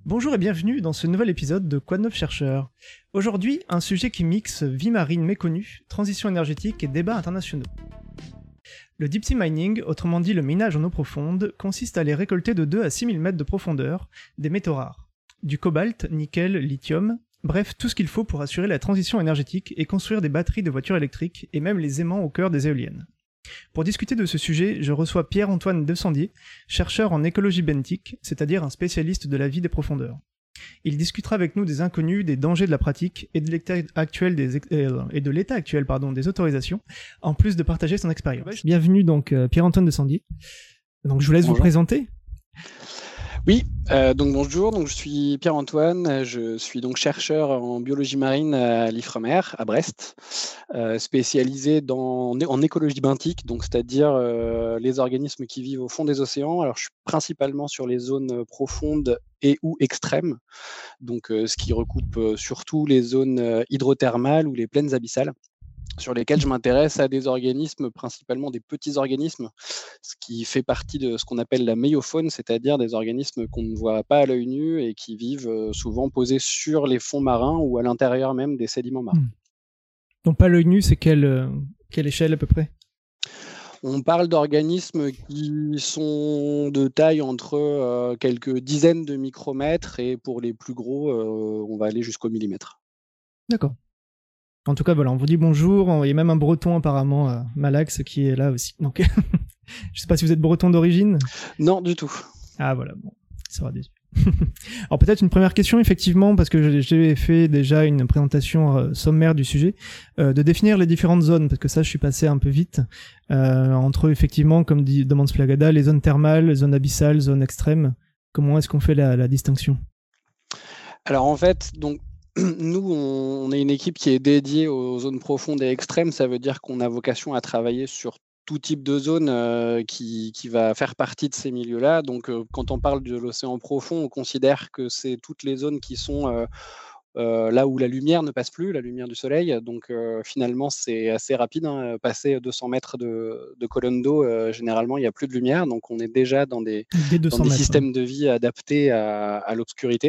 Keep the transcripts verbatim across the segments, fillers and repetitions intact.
Bonjour et bienvenue dans ce nouvel épisode de Quoi de neuf chercheur. Aujourd'hui, un sujet qui mixe vie marine méconnue, transition énergétique et débats internationaux. Le deep sea mining, autrement dit le minage en eau profonde, consiste à aller récolter de deux à six mille mètres de profondeur des métaux rares. Du cobalt, nickel, lithium, bref tout ce qu'il faut pour assurer la transition énergétique et construire des batteries de voitures électriques et même les aimants au cœur des éoliennes. Pour discuter de ce sujet, je reçois Pierre-Antoine Desandier, chercheur en écologie benthique, c'est-à-dire un spécialiste de la vie des profondeurs. Il discutera avec nous des inconnus, des dangers de la pratique et de l'état actuel des, euh, et de l'état actuel pardon, des autorisations, en plus de partager son expérience. Bienvenue donc euh, Pierre-Antoine Desandier. Donc je vous laisse Bonjour. vous présenter. Oui, euh, donc bonjour, donc je suis Pierre-Antoine, je suis donc chercheur en biologie marine à l'Ifremer, à Brest, euh, spécialisé dans, en écologie benthique, donc c'est-à-dire euh, les organismes qui vivent au fond des océans. Alors je suis principalement sur les zones profondes et ou extrêmes, donc euh, ce qui recoupe euh, surtout les zones euh, hydrothermales ou les plaines abyssales, sur lesquels je m'intéresse à des organismes, principalement des petits organismes, ce qui fait partie de ce qu'on appelle la méiofaune, c'est-à-dire des organismes qu'on ne voit pas à l'œil nu et qui vivent souvent posés sur les fonds marins ou à l'intérieur même des sédiments marins. Hmm. Donc pas à l'œil nu, c'est quelle, euh, quelle échelle à peu près ? On parle d'organismes qui sont de taille entre euh, quelques dizaines de micromètres et pour les plus gros, euh, on va aller jusqu'au millimètre. D'accord. En tout cas, voilà, on vous dit bonjour. Il y a même un breton apparemment, euh, Malax, qui est là aussi. Donc, je sais pas si vous êtes breton d'origine. Non, du tout. Ah voilà, bon, il sera déçu. Alors peut-être une première question, effectivement, parce que j'ai fait déjà une présentation euh, sommaire du sujet, euh, de définir les différentes zones, parce que ça, je suis passé un peu vite, euh, entre effectivement, comme dit demande Splagada, les zones thermales, les zones abyssales, zones extrêmes. Comment est-ce qu'on fait la, la distinction ? Alors en fait, donc nous, on est une équipe qui est dédiée aux zones profondes et extrêmes. Ça veut dire qu'on a vocation à travailler sur tout type de zone euh, qui, qui va faire partie de ces milieux-là. Donc, euh, quand on parle de l'océan profond, on considère que c'est toutes les zones qui sont euh, euh, là où la lumière ne passe plus, la lumière du soleil. Donc, euh, finalement, c'est assez rapide. Hein. Passer deux cents mètres de, de colonne d'eau, euh, généralement, il n'y a plus de lumière. Donc, on est déjà dans des, dans des systèmes de vie adaptés à, à l'obscurité.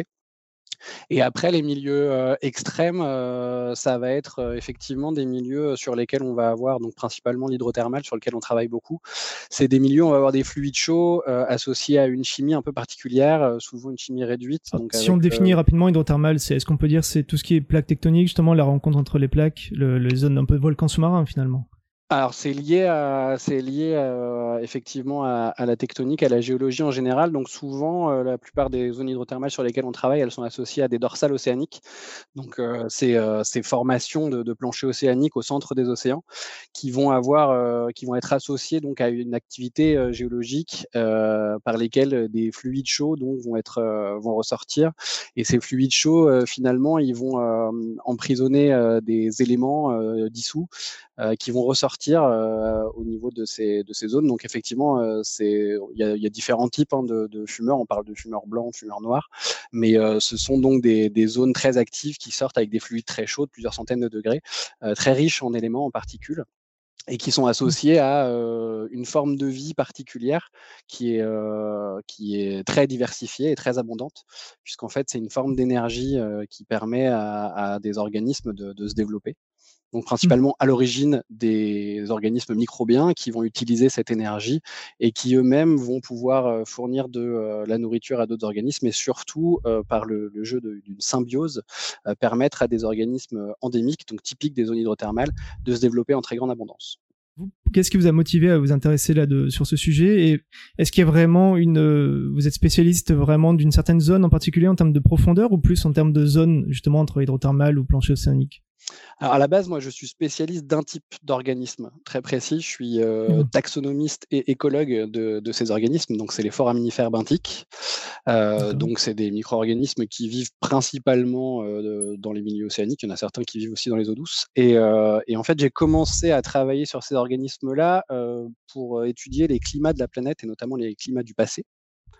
Et après, les milieux euh, extrêmes, euh, ça va être euh, effectivement des milieux sur lesquels on va avoir, donc principalement l'hydrothermal, sur lequel on travaille beaucoup. C'est des milieux où on va avoir des fluides chauds euh, associés à une chimie un peu particulière, euh, souvent une chimie réduite. Alors, donc si avec, on définit euh... rapidement hydrothermal, c'est, est-ce qu'on peut dire c'est tout ce qui est plaques tectoniques, justement la rencontre entre les plaques, le, les zones un peu volcans sous-marins finalement? Alors, c'est lié, à, c'est lié à, effectivement à, à la tectonique, à la géologie en général. Donc, souvent, euh, la plupart des zones hydrothermales sur lesquelles on travaille, elles sont associées à des dorsales océaniques. Donc, euh, c'est euh, ces formations de, de planchers océaniques au centre des océans qui vont avoir, euh, qui vont être associées donc à une activité euh, géologique euh, par lesquelles des fluides chauds donc vont être, euh, vont ressortir. Et ces fluides chauds, euh, finalement, ils vont euh, emprisonner euh, des éléments euh, dissous euh, qui vont ressortir Euh, au niveau de ces, de ces zones. Donc effectivement, euh, il y, y a différents types hein, de, de fumeurs. On parle de fumeurs blancs, fumeurs noirs, mais euh, ce sont donc des, des zones très actives qui sortent avec des fluides très chauds, de plusieurs centaines de degrés, euh, très riches en éléments, en particules, et qui sont associés à euh, une forme de vie particulière qui est, euh, qui est très diversifiée et très abondante, puisqu'en fait, c'est une forme d'énergie euh, qui permet à, à des organismes de, de se développer. Donc principalement à l'origine des organismes microbiens qui vont utiliser cette énergie et qui eux-mêmes vont pouvoir fournir de euh, la nourriture à d'autres organismes et surtout euh, par le, le jeu de, d'une symbiose euh, permettre à des organismes endémiques, donc typiques des zones hydrothermales, de se développer en très grande abondance. Qu'est-ce qui vous a motivé à vous intéresser là de, sur ce sujet, et est-ce qu'il y a vraiment une, euh, vous êtes spécialiste vraiment d'une certaine zone en particulier en termes de profondeur ou plus en termes de zone justement entre hydrothermal ou plancher océanique? Alors à la base, moi, je suis spécialiste d'un type d'organisme très précis. Je suis euh, mmh. taxonomiste et écologue de, de ces organismes. Donc, c'est les foraminifères benthiques. Euh, donc, c'est des micro-organismes qui vivent principalement euh, dans les milieux océaniques. Il y en a certains qui vivent aussi dans les eaux douces. Et, euh, et en fait, j'ai commencé à travailler sur ces organismes-là euh, pour étudier les climats de la planète et notamment les climats du passé.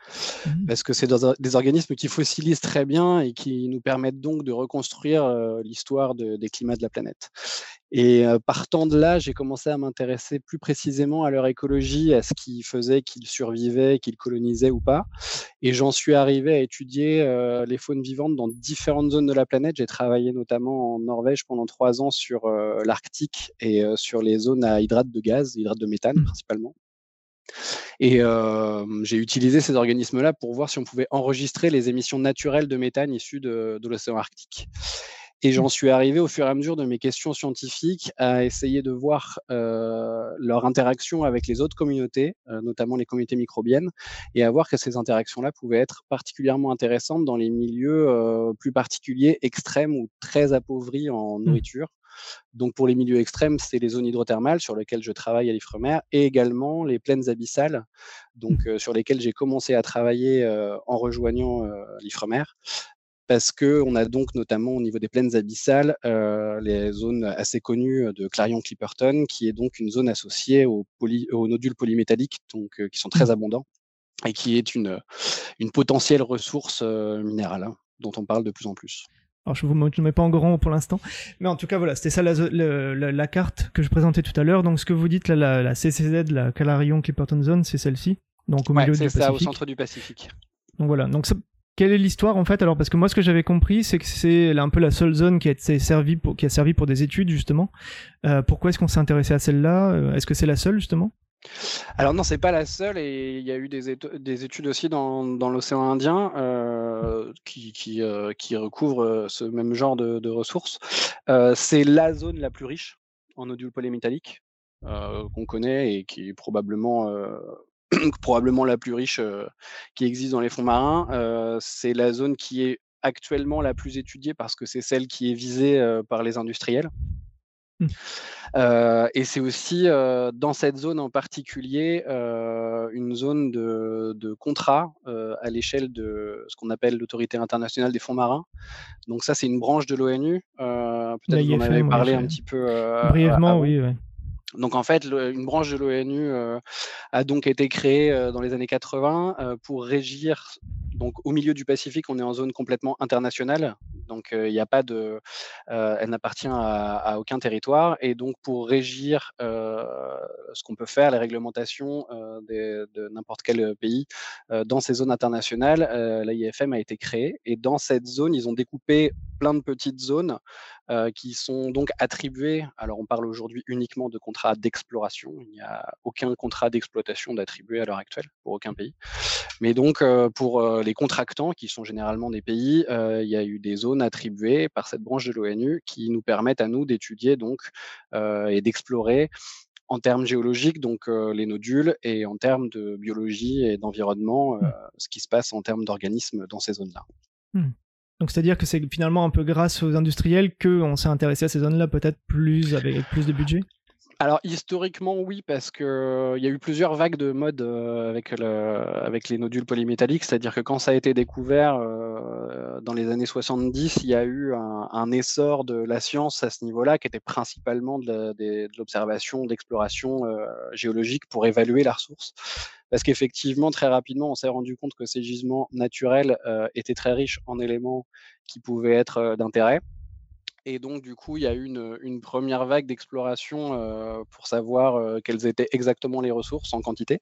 Mmh. parce que c'est dans un- des organismes qui fossilisent très bien et qui nous permettent donc de reconstruire euh, l'histoire de- des climats de la planète. Et euh, partant de là, j'ai commencé à m'intéresser plus précisément à leur écologie, à ce qui faisait qu'ils survivaient, qu'ils colonisaient ou pas. Et j'en suis arrivé à étudier euh, les faunes vivantes dans différentes zones de la planète. J'ai travaillé notamment en Norvège pendant trois ans sur euh, l'Arctique et euh, sur les zones à hydrate de gaz, hydrate de méthane Mmh. principalement. Et euh, j'ai utilisé ces organismes-là pour voir si on pouvait enregistrer les émissions naturelles de méthane issues de, de l'océan Arctique. Et Mmh. j'en suis arrivé au fur et à mesure de mes questions scientifiques à essayer de voir euh, leur interaction avec les autres communautés, euh, notamment les communautés microbiennes, et à voir que ces interactions-là pouvaient être particulièrement intéressantes dans les milieux euh, plus particuliers, extrêmes ou très appauvris en Mmh. nourriture. Donc pour les milieux extrêmes, c'est les zones hydrothermales sur lesquelles je travaille à l'Ifremer et également les plaines abyssales, donc Mmh. euh, sur lesquelles j'ai commencé à travailler euh, en rejoignant euh, l'Ifremer. Parce qu'on a donc notamment au niveau des plaines abyssales euh, les zones assez connues de Clarion-Clipperton, qui est donc une zone associée aux, poly- aux nodules polymétalliques, donc euh, qui sont Mmh. très abondants et qui est une, une potentielle ressource euh, minérale hein, dont on parle de plus en plus. Alors je vous ne le mets pas en grand pour l'instant, mais en tout cas voilà, c'était ça la, zo- le- la, la carte que je présentais tout à l'heure. Donc ce que vous dites là, la, la C C Z, la Clarion Clipperton Zone, c'est celle-ci, donc au Ouais, milieu c'est du ça, au Pacifique. centre du Pacifique. Donc voilà. Donc ça- quelle est l'histoire en fait? Alors parce que moi ce que j'avais compris, c'est que c'est un peu la seule zone qui a été servi pour, qui a servi pour des études justement. Euh, pourquoi est-ce qu'on s'est intéressé à celle-là? Euh, Est-ce que c'est la seule justement? Alors non, c'est pas la seule et il y a eu des, éto- des études aussi dans, dans l'océan Indien euh, qui, qui, euh, qui recouvrent euh, ce même genre de, de ressources. Euh, c'est la zone la plus riche en nodules polymétalliques euh, qu'on connaît et qui est probablement, euh, probablement la plus riche euh, qui existe dans les fonds marins. Euh, c'est la zone qui est actuellement la plus étudiée parce que c'est celle qui est visée euh, par les industriels. Hmm. Euh, et c'est aussi euh, dans cette zone en particulier euh, une zone de, de contrat euh, à l'échelle de ce qu'on appelle l'autorité internationale des fonds marins. Donc ça, c'est une branche de l'ONU. Euh, peut-être vous en avez L'A I F M, oui, parlé je... un petit peu euh, brièvement, avant. oui, ouais. Donc en fait, le, une branche de l'ONU euh, a donc été créée euh, dans les années quatre-vingts euh, pour régir. Donc au milieu du Pacifique, on est en zone complètement internationale. Donc il n'y a pas de, euh, elle n'appartient à, à aucun territoire. Et donc pour régir euh, ce qu'on peut faire, les réglementations euh, des- de n'importe quel pays euh, dans ces zones internationales, euh, l'A I F M a été créée. Et dans cette zone, ils ont découpé plein de petites zones euh, qui sont donc attribuées. Alors on parle aujourd'hui uniquement de contrats d'exploration. Il n'y a aucun contrat d'exploitation d'attribué à l'heure actuelle pour aucun pays. Mais donc euh, pour euh, les contractants, qui sont généralement des pays, euh, il y a eu des zones attribuées par cette branche de l'ONU qui nous permettent à nous d'étudier donc euh, et d'explorer en termes géologiques, donc euh, les nodules, et en termes de biologie et d'environnement, euh, Hmm. ce qui se passe en termes d'organismes dans ces zones-là. Hmm. Donc c'est-à-dire que c'est finalement un peu grâce aux industriels qu'on s'est intéressé à ces zones-là, peut-être plus avec, avec plus de budget. Alors historiquement oui, parce que euh, il y a eu plusieurs vagues de mode euh, avec le, avec les nodules polymétalliques, c'est-à-dire que quand ça a été découvert euh, dans les années soixante-dix, il y a eu un, un essor de la science à ce niveau-là, qui était principalement de la- des- de l'observation, d'exploration euh, géologique pour évaluer la ressource. Parce qu'effectivement, très rapidement, on s'est rendu compte que ces gisements naturels euh, étaient très riches en éléments qui pouvaient être euh, d'intérêt. Et donc, du coup, il y a eu une, une première vague d'exploration euh, pour savoir euh, quelles étaient exactement les ressources en quantité.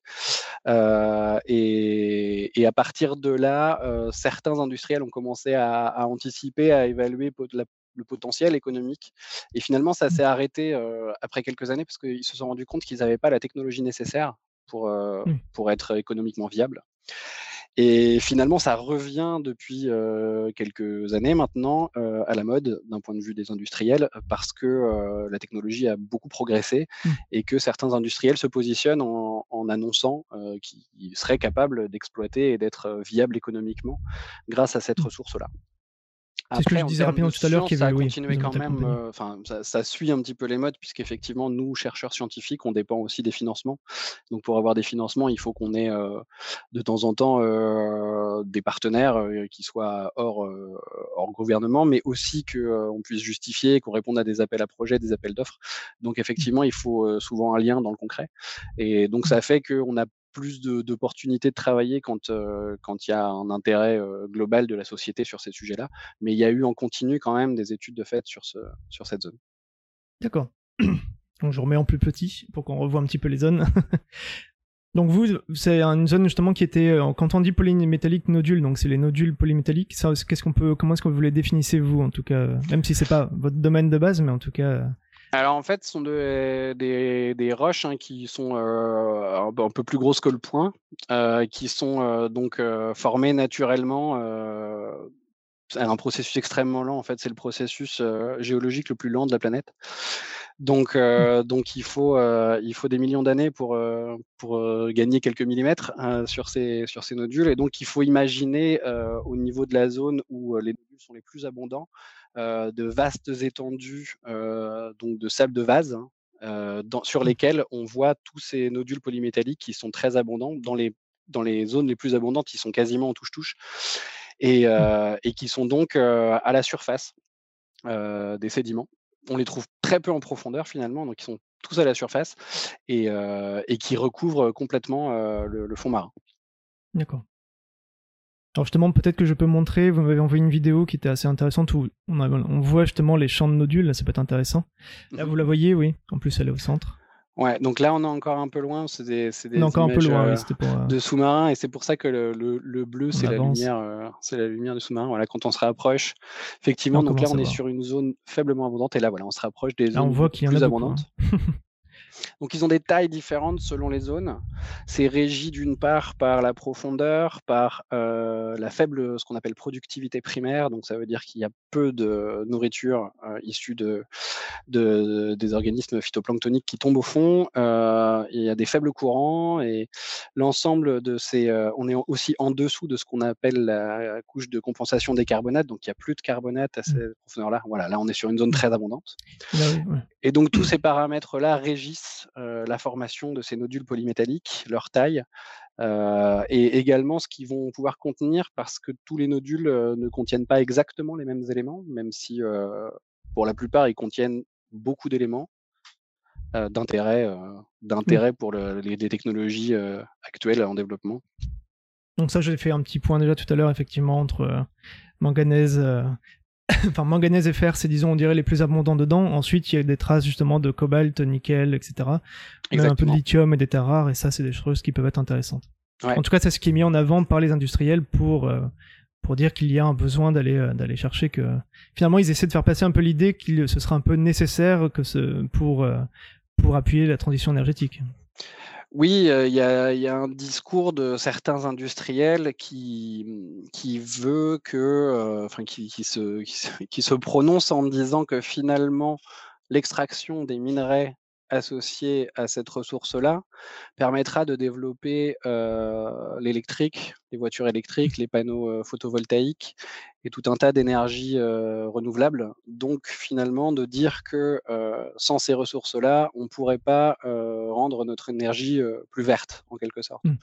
Euh, et, et à partir de là, euh, certains industriels ont commencé à, à anticiper, à évaluer pot- la- le potentiel économique. Et finalement, ça Hmm. s'est arrêté euh, après quelques années parce qu'ils se sont rendus compte qu'ils n'avaient pas la technologie nécessaire pour, euh, Hmm. pour être économiquement viable. Et finalement, ça revient depuis euh, quelques années maintenant euh, à la mode d'un point de vue des industriels parce que euh, la technologie a beaucoup progressé Hmm. et que certains industriels se positionnent en, en annonçant euh, qu'ils seraient capables d'exploiter et d'être viables économiquement grâce à cette Hmm. ressource-là. C'est ce que Après, je en disais termes de rapidement tout à l'heure, science, qu'il y ça avait, a oui, continué ils ont quand été même, accompagnés. euh, enfin, ça, ça suit un petit peu les modes, puisqu'effectivement, nous, chercheurs scientifiques, on dépend aussi des financements. Donc, pour avoir des financements, il faut qu'on ait euh, de temps en temps euh, des partenaires euh, qui soient hors, euh, hors gouvernement, mais aussi qu'on puisse justifier, qu'on réponde à des appels à projets, des appels d'offres. Donc, Hmm. effectivement, il faut euh, souvent un lien dans le concret. Et donc, Hmm. ça fait qu'on a plus de, d'opportunités de travailler quand euh, quand il y a un intérêt euh, global de la société sur ces sujets-là. Mais il y a eu en continu quand même des études de fait sur ce sur cette zone. D'accord. Donc je remets en plus petit pour qu'on revoie un petit peu les zones. Donc vous, c'est une zone justement qui était, euh, quand on dit polymétallique nodule, donc c'est les nodules polymétalliques. Ça, qu'est-ce qu'on peut, comment est-ce que vous les définissez vous, en tout cas, même si c'est pas votre domaine de base, mais en tout cas. Alors en fait, ce sont de, des, des roches hein, qui sont euh, un, un peu plus grosses que le poing, euh, qui sont euh, donc euh, formées naturellement. Euh, c'est un processus extrêmement lent. En fait, c'est le processus euh, géologique le plus lent de la planète. Donc, euh, donc il faut, euh, il faut des millions d'années pour, euh, pour euh, gagner quelques millimètres euh, sur ces, sur ces nodules. Et donc, il faut imaginer euh, au niveau de la zone où les nodules sont les plus abondants, euh, de vastes étendues euh, donc de sable de vase, hein, euh, dans, sur lesquels on voit tous ces nodules polymétalliques qui sont très abondants. Dans les, dans les zones les plus abondantes, ils sont quasiment en touche-touche et, euh, et qui sont donc euh, à la surface euh, des sédiments. On les trouve très peu en profondeur finalement, donc ils sont tous à la surface et, euh, et qui recouvrent complètement euh, le, le fond marin. D'accord. Alors justement, peut-être que je peux montrer, vous m'avez envoyé une vidéo qui était assez intéressante où on, a, on voit justement les champs de nodules, là, ça peut être intéressant. Là, Mm-hmm. vous la voyez, oui, en plus elle est au centre. Ouais, donc là on est encore un peu loin, c'est des, c'est des on est encore images un peu loin, euh, oui, c'était pour, euh, de sous-marins et c'est pour ça que le, le, le bleu c'est la lumière, euh, c'est la lumière du sous-marin. Voilà, quand on se rapproche, effectivement, là, donc là on est voir. sur une zone faiblement abondante et là voilà, on se rapproche des zones là, on voit qu'il y en plus a abondantes. Beaucoup, hein. Donc ils ont des tailles différentes selon les zones. C'est régi d'une part par la profondeur, par euh, la faible, ce qu'on appelle productivité primaire. Donc ça veut dire qu'il y a peu de nourriture euh, issue de, de, des organismes phytoplanctoniques qui tombent au fond. Euh, il y a des faibles courants et l'ensemble de ces... Euh, on est aussi en dessous de ce qu'on appelle la couche de compensation des carbonates. Donc il n'y a plus de carbonate à cette mmh. profondeur-là. Voilà, là on est sur une zone très abondante. Là, oui, ouais. Et donc tous ces paramètres-là régissent euh, la formation de ces nodules polymétalliques, leur taille, euh, et également ce qu'ils vont pouvoir contenir, parce que tous les nodules euh, ne contiennent pas exactement les mêmes éléments, même si euh, pour la plupart ils contiennent beaucoup d'éléments euh, d'intérêt, euh, d'intérêt oui. pour le, les, les technologies euh, actuelles en développement. Donc ça, j'ai fait un petit point déjà tout à l'heure, effectivement, entre euh, manganèse... Euh... Enfin, manganèse et fer, c'est, disons, on dirait les plus abondants dedans. Ensuite, il y a des traces, justement, de cobalt, nickel, et cetera. Même un peu de lithium et des terres rares, et ça, c'est des choses qui peuvent être intéressantes. Ouais. En tout cas, c'est ce qui est mis en avant par les industriels pour, euh, pour dire qu'il y a un besoin d'aller, euh, d'aller chercher que... Finalement, ils essaient de faire passer un peu l'idée que ce sera un peu nécessaire que ce, pour, euh, pour appuyer la transition énergétique. Oui, il euh, y, y a un discours de certains industriels qui, qui veut que, euh, enfin, qui, qui, se, qui, se, qui se prononce en disant que finalement, l'extraction des minerais associés à cette ressource-là permettra de développer euh, l'électrique, les voitures électriques, les panneaux euh, photovoltaïques et tout un tas d'énergies euh, renouvelables. Donc finalement, de dire que euh, sans ces ressources-là, on ne pourrait pas euh, rendre notre énergie euh, plus verte, en quelque sorte. Mmh.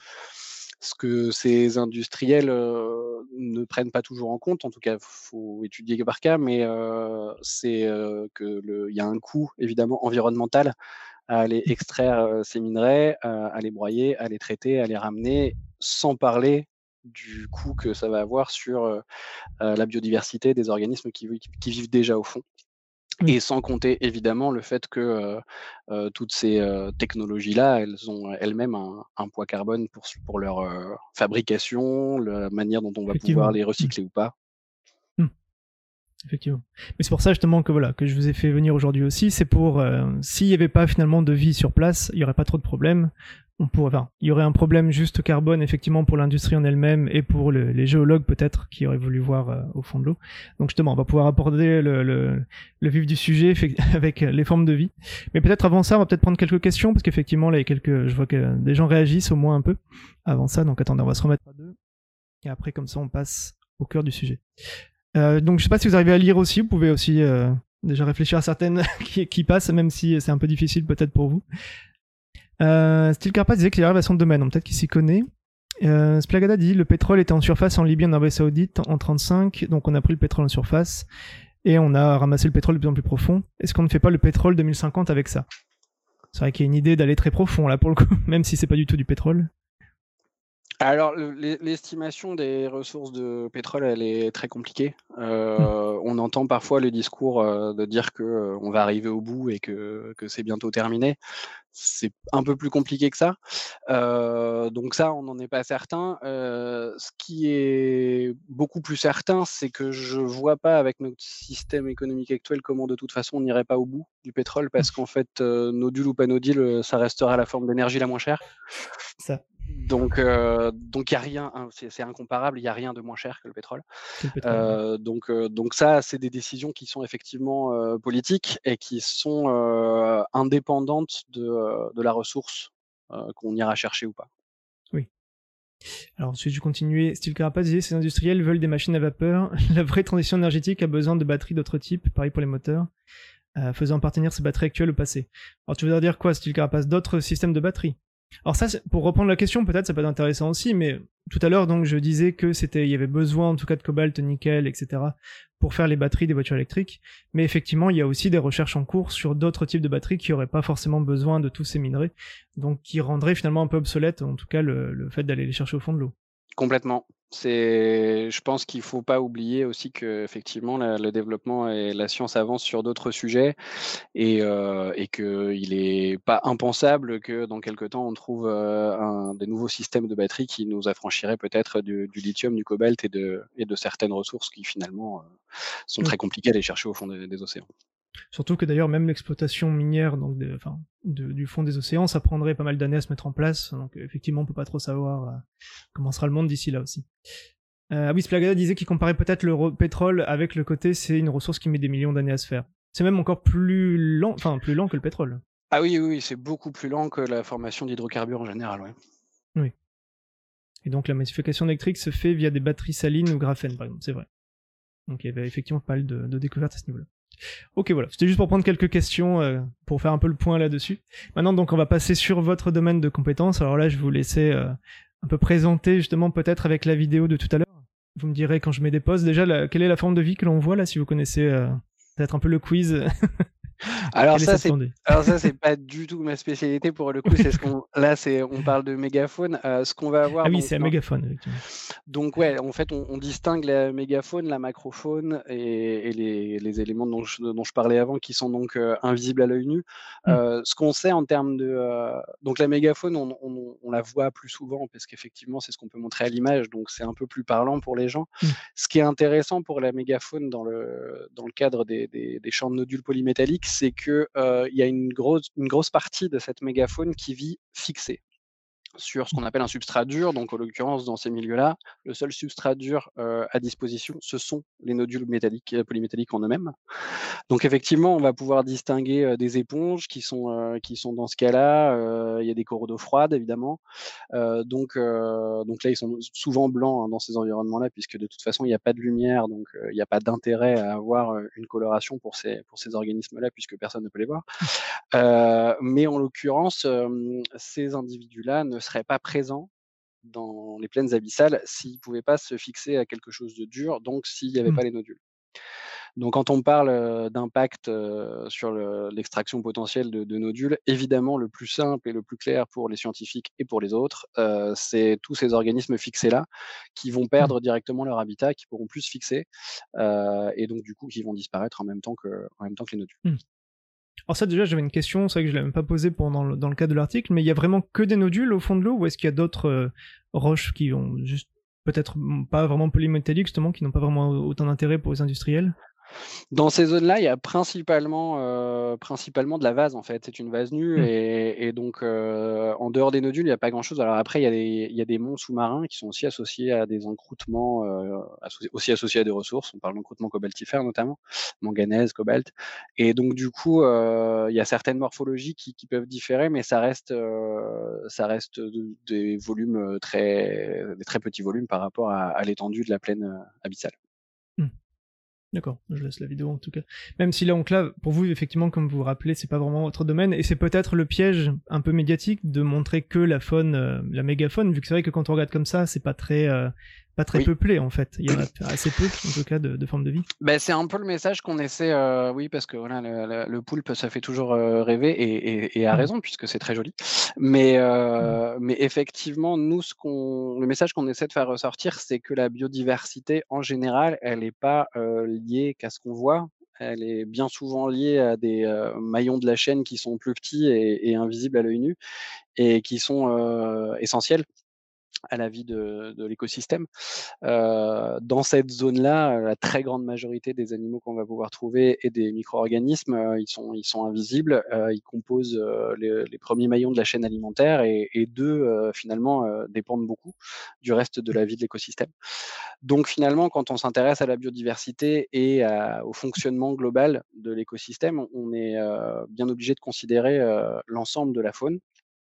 Ce que ces industriels euh, ne prennent pas toujours en compte, en tout cas, il faut étudier cas par cas, mais euh, c'est euh, qu'il y a un coût, évidemment, environnemental à aller extraire euh, ces minerais, euh, à les broyer, à les traiter, à les ramener, sans parler du coût que ça va avoir sur euh, la biodiversité des organismes qui, qui vivent déjà au fond. Oui. Et sans compter évidemment le fait que euh, euh, toutes ces euh, technologies-là, elles ont elles-mêmes un, un poids carbone pour, pour leur euh, fabrication, la manière dont on va pouvoir les recycler mmh. ou pas. Mmh. Effectivement. Mais c'est pour ça justement que voilà que je vous ai fait venir aujourd'hui aussi. C'est pour euh, s'il n'y avait pas finalement de vie sur place, il n'y aurait pas trop de problèmes. On pourrait, enfin, il y aurait un problème juste carbone effectivement pour l'industrie en elle-même et pour le, les géologues peut-être qui auraient voulu voir euh, au fond de l'eau. Donc justement, on va pouvoir aborder le, le, le vif du sujet avec les formes de vie. Mais peut-être avant ça, on va peut-être prendre quelques questions parce qu'effectivement là, il y a quelques, je vois que des gens réagissent au moins un peu avant ça. Donc attendez, on va se remettre à deux et après comme ça, on passe au cœur du sujet. Euh, donc je sais pas si vous arrivez à lire aussi. Vous pouvez aussi euh, déjà réfléchir à certaines qui, qui passent, même si c'est un peu difficile peut-être pour vous. Euh, Steel Carpa disait qu'il arrive à son domaine, donc peut-être qu'il s'y connaît. Euh, Splagada dit le pétrole était en surface en Libye, en Arabie Saoudite en trente-cinq, donc on a pris le pétrole en surface et on a ramassé le pétrole de plus en plus profond. Est-ce qu'on ne fait pas le pétrole deux mille cinquante avec ça? C'est vrai qu'il y a une idée d'aller très profond là pour le coup, même si c'est pas du tout du pétrole. Alors le l'es l'estimation des ressources de pétrole, elle est très compliquée. Heu, Mmh. on entend parfois le discours, heu, de dire que, heu, on va arriver au bout et que que c'est bientôt terminé. C'est un peu plus compliqué que ça. Heu, donc ça, on n'en est pas certain. Heu, ce qui est beaucoup plus certain, c'est que je vois pas avec notre système économique actuel comment de toute façon on n'irait pas au bout du pétrole parce qu'en fait, heu, nodule ou pas nodule, heu, ça restera la forme d'énergie la moins chère. Ça, Donc heu, donc il y a rien, hein, c'est c'est incomparable, il y a rien de moins cher que le pétrole. que le pétrole, ouais. Heu, donc heu, donc ça, c'est des décisions qui sont effectivement, heu, politiques et qui sont, heu, indépendantes de, heu, de la ressource, heu, qu'on ira chercher ou pas. Oui. Alors ensuite, je continuais. Steve Carapace disait ces industriels veulent des machines à vapeur. La vraie transition énergétique a besoin de batteries d'autres types, pareil pour les moteurs, euh, faisant appartenir ces batteries actuelles au passé. Alors tu veux dire quoi, Steve Carapace? D'autres systèmes de batteries? Alors ça, pour reprendre la question, peut-être ça peut être intéressant aussi, mais tout à l'heure, donc je disais que c'était, il y avait besoin en tout cas de cobalt, nickel, et cetera pour faire les batteries des voitures électriques. Mais effectivement, il y a aussi des recherches en cours sur d'autres types de batteries qui n'auraient pas forcément besoin de tous ces minerais, donc qui rendraient finalement un peu obsolète, en tout cas, le, le fait d'aller les chercher au fond de l'eau. Complètement. C'est je pense qu'il faut pas oublier aussi qu'effectivement la le développement et la science avancent sur d'autres sujets et heu et qu'il est pas impensable que dans quelque temps on trouve, heu, un des nouveaux systèmes de batteries qui nous affranchiraient peut-être du du lithium, du cobalt et de et de certaines ressources qui finalement, heu, sont Oui. très compliquées à aller chercher au fond des des océans. Surtout que d'ailleurs, même l'exploitation minière donc de, enfin, de- du fond des océans, ça prendrait pas mal d'années à se mettre en place. Donc effectivement, on peut pas trop savoir euh, comment sera le monde d'ici là aussi. Euh, ah oui, Splagada disait qu'il comparait peut-être le re- pétrole avec le côté c'est une ressource qui met des millions d'années à se faire. C'est même encore plus lent, enfin plus lent que le pétrole. Ah oui, oui, oui, c'est beaucoup plus lent que la formation d'hydrocarbures en général, ouais. Oui. Et donc la modification électrique se fait via des batteries salines ou graphène, par exemple, c'est vrai. Donc il y avait effectivement pas mal de, de découvertes à ce niveau-là. Ok, voilà. C'était juste pour prendre quelques questions, euh, pour faire un peu le point là-dessus. Maintenant, donc, on va passer sur votre domaine de compétences. Alors là, je vais vous laisser euh, un peu présenter, justement, peut-être avec la vidéo de tout à l'heure. Vous me direz quand je mets des pauses. Déjà, la- quelle est la forme de vie que l'on voit là, si vous connaissez euh, peut-être un peu le quiz. Alors Quelle est ça, cette c'est forme de vie? alors ça, c'est pas du tout ma spécialité pour le coup, Oui, c'est ce d'accord. qu'on là, c'est on parle de mégafaune, heu, ce qu'on va Ah avoir oui, donc c'est un dans mégaphone, effectivement. donc ouais, en fait, on on distingue la mégafaune, la macrofaune et et les les éléments dont je dont je parlais avant qui sont donc, heu, invisibles à l'œil nu. Hmm. Heu, ce qu'on sait en termes de, heu donc la mégafaune, on on on la voit plus souvent parce qu'effectivement, c'est ce qu'on peut montrer à l'image, donc c'est un peu plus parlant pour les gens. Hmm. Ce qui est intéressant pour la mégafaune dans le dans le cadre des des des champs de nodules polymétalliques, c'est que, heu, il y a une grosse une grosse partie de cette mégafaune qui vit fixée sur ce qu'on appelle un substrat dur. Donc, en l'occurrence, dans ces milieux-là, le seul substrat dur euh, à disposition, ce sont les nodules métalliques, euh, polymétalliques en eux-mêmes. Donc, effectivement, on va pouvoir distinguer euh, des éponges qui sont, euh, qui sont dans ce cas-là. Euh, il y a des coraux d'eau froide, évidemment. Euh, donc, euh, donc là, ils sont souvent blancs hein, dans ces environnements-là, puisque de toute façon, il n'y a pas de lumière, donc euh, il n'y a pas d'intérêt à avoir euh, une coloration pour ces, pour ces organismes-là, puisque personne ne peut les voir. Euh, mais en l'occurrence, euh, ces individus-là ne seraient pas présents dans les plaines abyssales s'ils ne pouvaient pas se fixer à quelque chose de dur, donc s'il n'y avait Hmm. pas les nodules. Donc quand on parle, heu, d'impact, heu, sur le l'extraction potentielle de de nodules, évidemment le plus simple et le plus clair pour les scientifiques et pour les autres, heu, c'est tous ces organismes fixés-là qui vont Hmm. perdre directement leur habitat, qui pourront plus se fixer, heu et donc du coup qui vont disparaître en même temps que en même temps que les nodules. Hmm. Alors ça déjà j'avais une question, c'est vrai que je l'ai même pas posée pendant le, dans le cadre de l'article, mais il y a vraiment que des nodules au fond de l'eau ou est-ce qu'il y a d'autres euh, roches qui ont juste peut-être mm, pas vraiment polymétalliques justement, qui n'ont pas vraiment autant d'intérêt pour les industriels? Dans ces zones-là, il y a principalement, heu, principalement de la vase, en fait. C'est une vase nue Hmm. et et donc heu, en dehors des nodules, il y a pas grand-chose. Alors après, il y a des il y a des monts sous-marins qui sont aussi associés à des encroûtements, heu, associ aussi associés à des ressources. On parle d'encroûtements cobaltifères notamment, manganèse, cobalt et donc du coup, heu, il y a certaines morphologies qui qui peuvent différer, mais ça reste, heu, ça reste de des volumes, heu, très des très petits volumes par rapport à à l'étendue de la plaine, heu, abyssale. Hmm. D'accord, je laisse la vidéo en tout cas. Même si là, donc là, pour vous, effectivement, comme vous vous rappelez, c'est pas vraiment votre domaine, et c'est peut-être le piège un peu médiatique de montrer que la faune, euh, la mégafaune, vu que c'est vrai que quand on regarde comme ça, c'est pas très, euh, pas très Oui. peuplé en fait. Il y en a assez peu, en tout cas, de, de formes de vie. Ben c'est un peu le message qu'on essaie, heu, oui, parce que voilà, le le le poulpe, ça fait toujours, heu, rêver et et et à Mmh. raison puisque c'est très joli. Mais Mmh. heu, mais effectivement, nous, ce qu'on le message qu'on essaie de faire ressortir, c'est que la biodiversité, en général, elle est pas, heu, liée qu'à ce qu'on voit. Elle est bien souvent liée à des, heu, maillons de la chaîne qui sont plus petits et et invisibles à l'œil nu et qui sont, heu, essentiels à la vie de de l'écosystème. Heu, dans cette zone-là, heu, la très grande majorité des animaux qu'on va pouvoir trouver et des micro-organismes, heu, ils sont ils sont invisibles, heu, ils composent, heu, les les premiers maillons de la chaîne alimentaire et et d'eux, heu, finalement, heu, dépendent beaucoup du reste de la vie de l'écosystème. Donc finalement, quand on s'intéresse à la biodiversité et à au fonctionnement global de l'écosystème, on on est, heu, bien obligé de considérer, heu, l'ensemble de la faune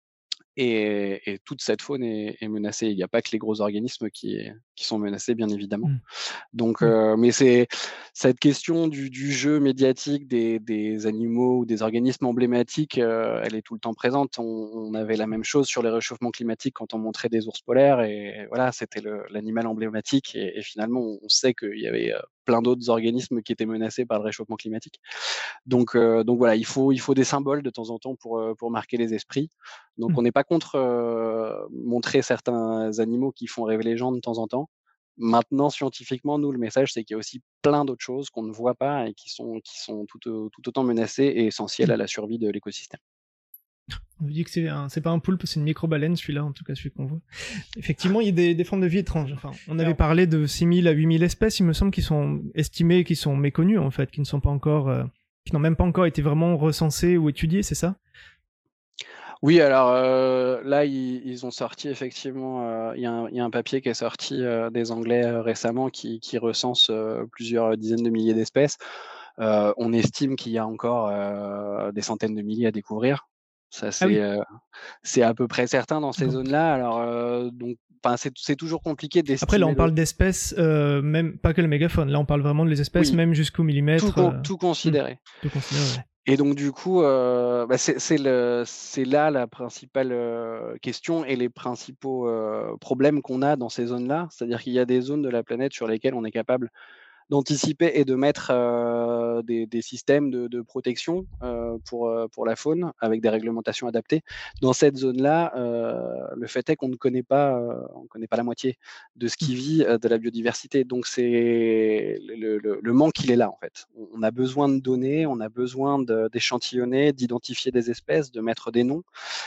et et toute cette faune est est menacée. Il y a pas que les gros organismes qui qui sont menacés, bien évidemment. Mmh. Donc Oui. heu, mais c'est cette question du du jeu médiatique des des animaux ou des organismes emblématiques, heu, elle est tout le temps présente. On on avait la même chose sur les réchauffements climatiques quand on montrait des ours polaires et voilà, c'était le l'animal emblématique et et finalement on on sait qu'il y avait, heu, plein d'autres organismes qui étaient menacés par le réchauffement climatique. Donc heu, donc voilà, il faut il faut des symboles de temps en temps pour, heu, pour marquer les esprits. Donc Mmh. on n'est pas contre, heu, montrer certains animaux qui font rêver les gens de temps en temps. Maintenant, scientifiquement, nous, le message, c'est qu'il y a aussi plein d'autres choses qu'on ne voit pas et qui sont qui sont tout au tout autant menacées et essentielles Mmh. à la survie de l'écosystème. On dit que c'est un, c'est pas un poulpe, c'est une micro-baleine, celui-là, en tout cas, celui qu'on voit. Effectivement, il y a des, des formes de vie étranges. Enfin, on avait Alors parlé de six mille à huit mille espèces, il me semble, qui sont estimées, qui sont méconnues, en fait, qui ne sont pas encore, euh, qui n'ont même pas encore été vraiment recensées ou étudiées, c'est ça? oui, alors, heu, là, ils ils ont sorti effectivement, heu, il y a un il y a un papier qui est sorti, heu, des Anglais, heu, récemment qui qui recense, heu, plusieurs dizaines de milliers d'espèces. Heu, on estime qu'il y a encore, heu, des centaines de milliers à découvrir. Ça, Ah c'est, oui, heu, c'est à peu près certain dans ces d'accord. zones-là. Alors, heu, donc enfin, c'est c'est toujours compliqué Après, là, on d'estimer le parle d'espèces, euh, même pas que le mégaphone. Là, on parle vraiment des espèces, oui, même jusqu'au tout millimètre. con Euh, tout hmm, considéré. tout considéré, ouais. Et donc du coup, heu, bah, c'est c'est le c'est là la principale, heu, question et les principaux, heu, problèmes qu'on a dans ces zones-là. C'est-à-dire qu'il y a des zones de la planète sur lesquelles on est capable d'anticiper et de mettre, heu, des des systèmes de de protection, heu, pour, heu, pour la faune avec des réglementations adaptées. Dans cette zone-là, heu, le fait est qu'on ne connaît pas, heu, on ne connaît pas la moitié de ce Hmm, qui vit, heu, de la biodiversité. Donc c'est le le le manque, il est là, en fait. On on a besoin de données, on a besoin de d'échantillonner, d'identifier des espèces, de mettre des noms,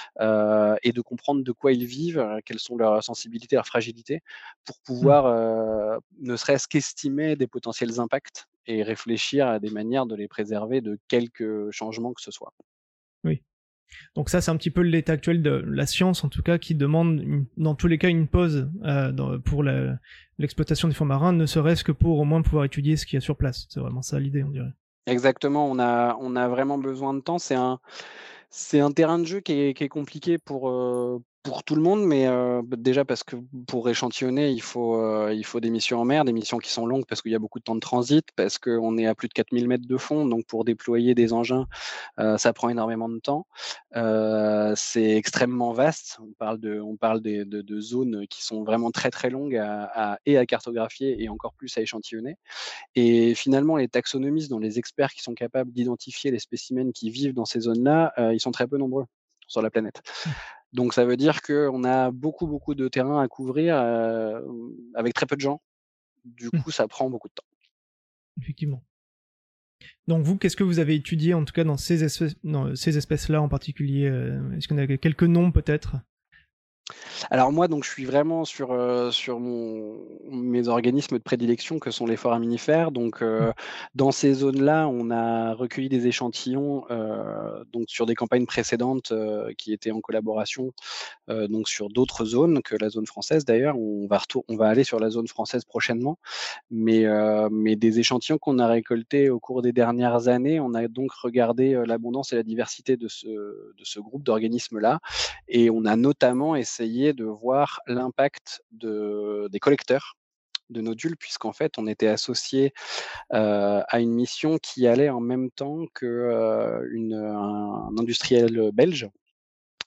heu et de comprendre de quoi ils vivent, heu, quelles sont leurs sensibilités, leurs fragilités, pour hmm, pouvoir, heu, ne serait-ce qu'estimer des potentiels impacts et réfléchir à des manières de les préserver de quelque changement que ce soit. oui. Donc ça, c'est un petit peu l'état actuel de la science, en tout cas, qui demande, une- dans tous les cas, une pause euh, dans- pour la- l'exploitation des fonds marins, ne serait-ce que pour au moins pouvoir étudier ce qu'il y a sur place. C'est vraiment ça l'idée, on dirait. Exactement, on a on a vraiment besoin de temps. C'est un c'est un terrain de jeu qui est qui est compliqué pour, heu, pour tout le monde, mais heu, bah, déjà parce que pour échantillonner, il faut, heu, il faut des missions en mer, des missions qui sont longues parce qu'il y a beaucoup de temps de transit, parce qu'on est à plus de quatre mille mètres de fond, donc pour déployer des engins, Heu, ça prend énormément de temps. Heu, c'est extrêmement vaste. On parle de on parle des de de zones qui sont vraiment très, très longues à à et à cartographier et encore plus à échantillonner et finalement, les taxonomistes, dont les experts qui sont capables d'identifier les spécimens qui vivent dans ces zones-là, heu, ils sont très peu nombreux sur la planète. Hmm, Donc ça veut dire qu'on a beaucoup, beaucoup de terrain à couvrir, heu, avec très peu de gens. Du hmm, coup, ça prend beaucoup de temps. effectivement. Donc vous, qu'est-ce que vous avez étudié, en tout cas, dans ces espèces, dans ces espèces-là en particulier euh, Est-ce qu'on a quelques noms, peut-être? Alors moi, donc je suis vraiment sur, heu, sur mon mes organismes de prédilection que sont les foraminifères. Donc, Hmm, heu, dans ces zones-là, on a recueilli des échantillons, heu, donc sur des campagnes précédentes, heu, qui étaient en collaboration, heu, donc sur d'autres zones que la zone française d'ailleurs. On va retour on va aller sur la zone française prochainement. Mais, heu, mais des échantillons qu'on a récoltés au cours des dernières années, on a donc regardé, heu, l'abondance et la diversité de ce de ce groupe d'organismes-là et on a notamment essayé de voir l'impact de des collecteurs de nodules puisqu'en fait, on était associé à une mission qui allait en même temps que, heu, une, un industriel belge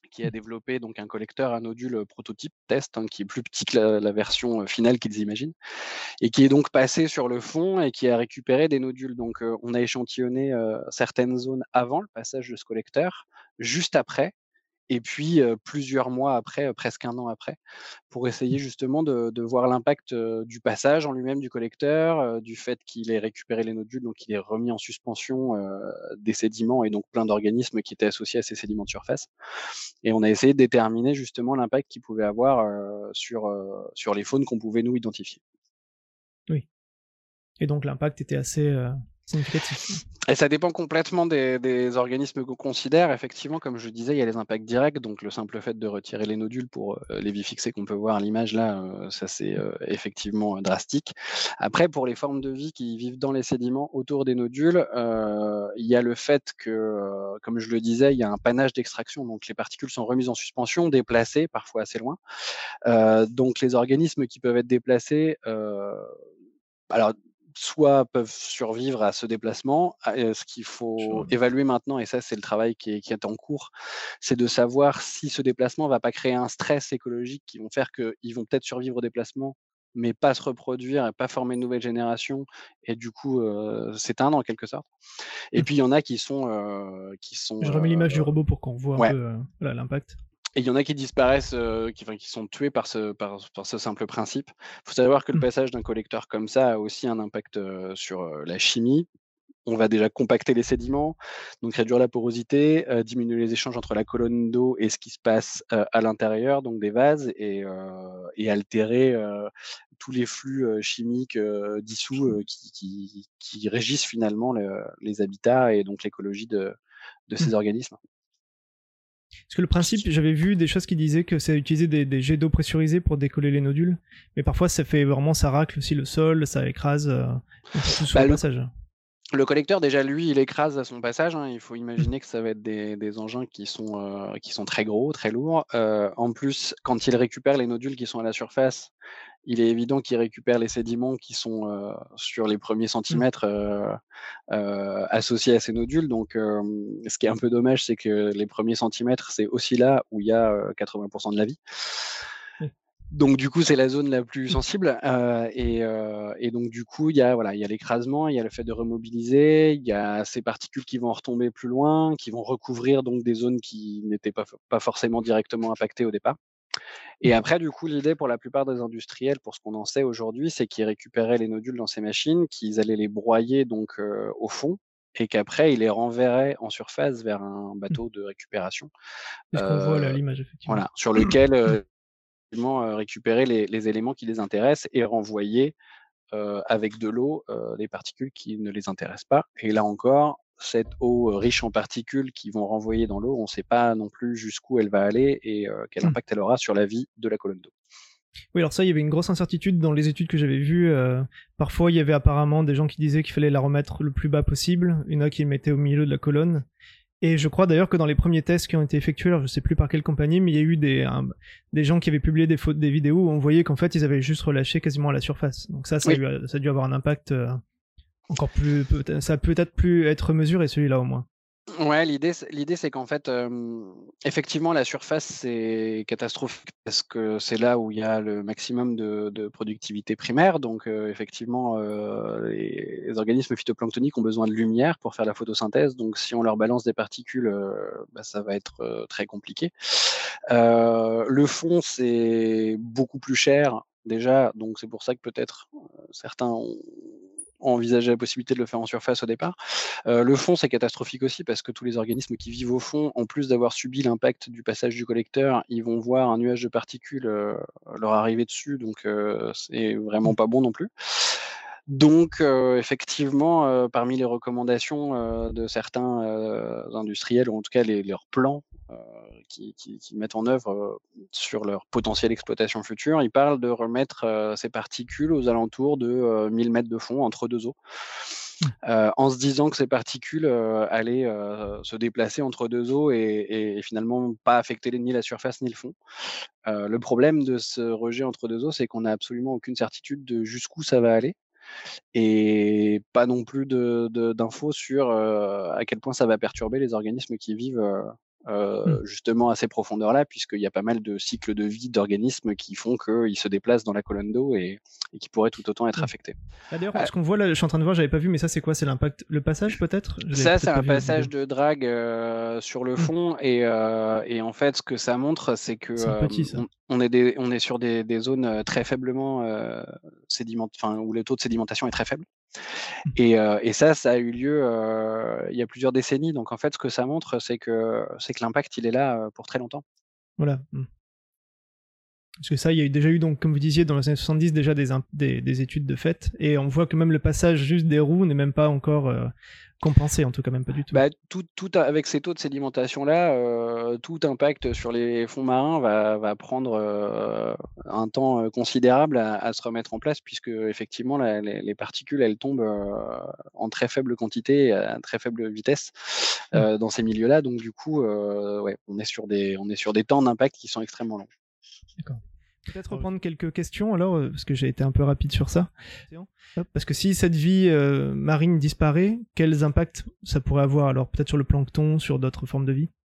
qui a développé donc un collecteur à nodules, heu, prototype, test, hein, qui est plus petit que la la version, heu, finale qu'ils imaginent et qui est donc passé sur le fond et qui a récupéré des nodules. Donc, heu, on a échantillonné, heu, certaines zones avant le passage de ce collecteur, juste après et puis, heu, plusieurs mois après, heu, presque un an après, pour essayer justement de de voir l'impact, heu, du passage en lui-même du collecteur, heu, du fait qu'il ait récupéré les nodules, donc il ait remis en suspension, heu, des sédiments et donc plein d'organismes qui étaient associés à ces sédiments de surface et on a essayé de déterminer justement l'impact qu'il pouvait avoir, heu, sur, heu, sur les faunes qu'on pouvait nous identifier. Oui. Et donc l'impact était assez, heu, significatif. Et ça dépend complètement des des organismes qu'on considère. Effectivement, comme je disais, il y a les impacts directs, donc le simple fait de retirer les nodules pour, heu, les bifixer qu'on peut voir à l'image là, heu, ça c'est, heu, effectivement, heu, drastique. Après pour les formes de vie qui vivent dans les sédiments autour des nodules, heu, il y a le fait que, heu, comme je le disais, il y a un panache d'extraction, donc les particules sont remises en suspension, déplacées, parfois assez loin. Heu, donc les organismes qui peuvent être déplacés, heu, alors soit peuvent survivre à ce déplacement, à et ce qu'il faut Sur évaluer maintenant et ça c'est le travail qui est qui est en cours, c'est de savoir si ce déplacement va pas créer un stress écologique qui vont faire qu'ils vont peut-être survivre au déplacement, mais pas se reproduire et pas former une nouvelle génération et du coup, heu, s'éteindre en quelque sorte. Et Mmh. puis il y en a qui sont, heu, qui sont, Je remets heu l'image du robot pour qu'on voit un ouais. peu, heu, voilà l'impact. Et il y en a qui disparaissent, heu, qui enfin qui sont tués par ce par par ce simple principe. Il faut savoir que le Mmh. passage d'un collecteur comme ça a aussi un impact, heu, sur, heu, la chimie. On va déjà compacter les sédiments, donc réduire la porosité, heu, diminuer les échanges entre la colonne d'eau et ce qui se passe, heu, à l'intérieur, donc des vases et heu et altérer, heu, tous les flux, heu, chimiques, heu, dissous, heu, qui qui qui régissent finalement le les habitats et donc l'écologie de de Mmh. ces organismes. Parce que le principe, j'avais vu des choses qui disaient que ça utilisait des des jets d'eau pressurisés pour décoller les nodules, mais parfois ça fait vraiment ça racle aussi le sol, ça écrase, heu, un peu tout sur Bah, le le passage. Le collecteur déjà lui, il écrase à son passage, hein. Il faut Mmh. imaginer que ça va être des des engins qui sont, heu, qui sont très gros, très lourds. Heu, en plus, quand il récupère les nodules qui sont à la surface, il est évident qu'il récupère les sédiments qui sont, heu, sur les premiers Mmh. centimètres, heu heu, associés à ces nodules. Donc, hem, ce qui est un peu dommage, c'est que les premiers centimètres, c'est aussi là où il y a, heu, quatre-vingts de la vie. Oui. Donc du coup, c'est la zone la plus Mmh. sensible, heu et heu et donc du coup, il y a voilà, il y a l'écrasement, il y a le fait de remobiliser, il y a ces particules qui vont retomber plus loin, qui vont recouvrir donc des zones qui n'étaient pas for pas forcément directement impactées au départ. Mmh. Et après du coup, l'idée pour la plupart des industriels, pour ce qu'on en sait aujourd'hui, c'est qu'ils récupéraient les nodules dans ces machines, qu'ils allaient les broyer donc heu, au fond et qu'après ils les renverraient en surface vers un Mmh. bateau de récupération, C'est ce qu'on voit là à heu, l'image effectivement. voilà, sur lequel, heu effectivement, heu, récupérer les les éléments qui les intéressent et renvoyer, heu, avec de l'eau, heu, les particules qui ne les intéressent pas et là encore, cette eau, heu, riche en particules qui vont renvoyer dans l'eau, on ne sait pas non plus jusqu'où elle va aller et heu, quel Mmh. impact elle aura sur la vie de la colonne d'eau. Oui, alors ça, il y avait une grosse incertitude dans les études que j'avais vues, heu, parfois il y avait apparemment des gens qui disaient qu'il fallait la remettre le plus bas possible, il y en a qui le mettaient au milieu de la colonne. Et je crois d'ailleurs que dans les premiers tests qui ont été effectués, alors je sais plus par quelle compagnie, mais il y a eu des, un- des gens qui avaient publié des, photos, des vidéos où on voyait qu'en fait ils avaient juste relâché quasiment à la surface. Donc ça, ça a, Oui. eu, ça a dû avoir un impact euh, encore plus, peut ça a peut-être pu être mesuré celui-là au moins. Ouais, l'idée c'est l'idée c'est qu'en fait, hem, effectivement, la surface, c'est catastrophique parce que c'est là où il y a le maximum de de productivité primaire. Donc, heu, effectivement, heu, les les organismes phytoplanctoniques ont besoin de lumière pour faire la photosynthèse. Donc si on leur balance des particules, heu, bah, ça va être, heu, très compliqué. Heu, le fond, c'est beaucoup plus cher déjà, donc c'est pour ça que peut-être, heu, certains ont ont envisagé la possibilité de le faire en surface au départ. Heu, le fond, c'est catastrophique aussi parce que tous les organismes qui vivent au fond, en plus d'avoir subi l'impact du passage du collecteur, ils vont voir un nuage de particules, heu, leur arriver dessus, donc heu, c'est vraiment Mm. pas bon non plus. Donc heu, effectivement, heu, parmi les recommandations, heu, de certains, heu, industriels ou en tout cas les leurs plans, heu, qu'ils qui qui mettent en œuvre, heu, sur leur potentielle exploitation future, ils parlent de remettre, heu, ces particules aux alentours de, heu, mille mètres de fond entre deux eaux. Mm. Heu, en se disant que ces particules, heu, allaient, heu, se déplacer entre deux eaux et et finalement pas affecter ni la surface ni le fond. Heu, le problème de ce rejet entre deux eaux, c'est qu'on n'a absolument aucune certitude de jusqu'où ça va aller et pas non plus de de d'infos sur, heu, à quel point ça va perturber les organismes qui vivent, heu euh, Mmh. justement à ces profondeurs-là, puisqu'il y a pas mal de cycles de vie d'organismes qui font qu'ils se déplacent dans la colonne d'eau et, et qui pourraient tout autant être Oui. affectés. Bah, d'ailleurs, Euh, ce qu'on voit là, je suis en train de voir, j'avais pas vu, mais ça c'est quoi? C'est l'impact, le passage peut-être? Je l'avais Ça, c'est peut-être pas un vu la vidéo. passage de drague euh, sur le Mmh. fond et, euh, et en fait, ce que ça montre, c'est que C'est euh, petit ça. on, on est des, on est sur des, des zones euh, très faiblement euh, sédiment, enfin où le taux de sédimentation est très faible. Mmh. Et, euh, et ça, ça a eu lieu euh, il y a plusieurs décennies. Donc en fait, ce que ça montre, c'est que c'est que l'impact, il est là euh, pour très longtemps. Voilà. Mmh. Parce que ça, il y a eu- déjà eu, donc, comme vous disiez, dans les années soixante-dix, déjà des, imp- des, des études de fait, et on voit que même le passage juste des roues n'est même pas encore euh, compensé, en tout cas même pas du tout. Bah, tout, tout a- avec ces taux de sédimentation-là, euh, tout impact sur les fonds marins va, va prendre euh, un temps euh, considérable à, à se remettre en place, puisque effectivement la- les, les particules elles tombent euh, en très faible quantité, et à très faible vitesse Mmh. euh, dans ces milieux-là. Donc du coup, euh, ouais, on est sur des, on est sur des temps d'impact qui sont extrêmement longs. D'accord. Peut-être reprendre quelques questions alors, euh, parce que j'ai été un peu rapide sur ça. Hop, parce que si cette vie euh, marine disparaît, quels impacts ça pourrait avoir alors peut-être sur le plancton, sur d'autres formes de vie?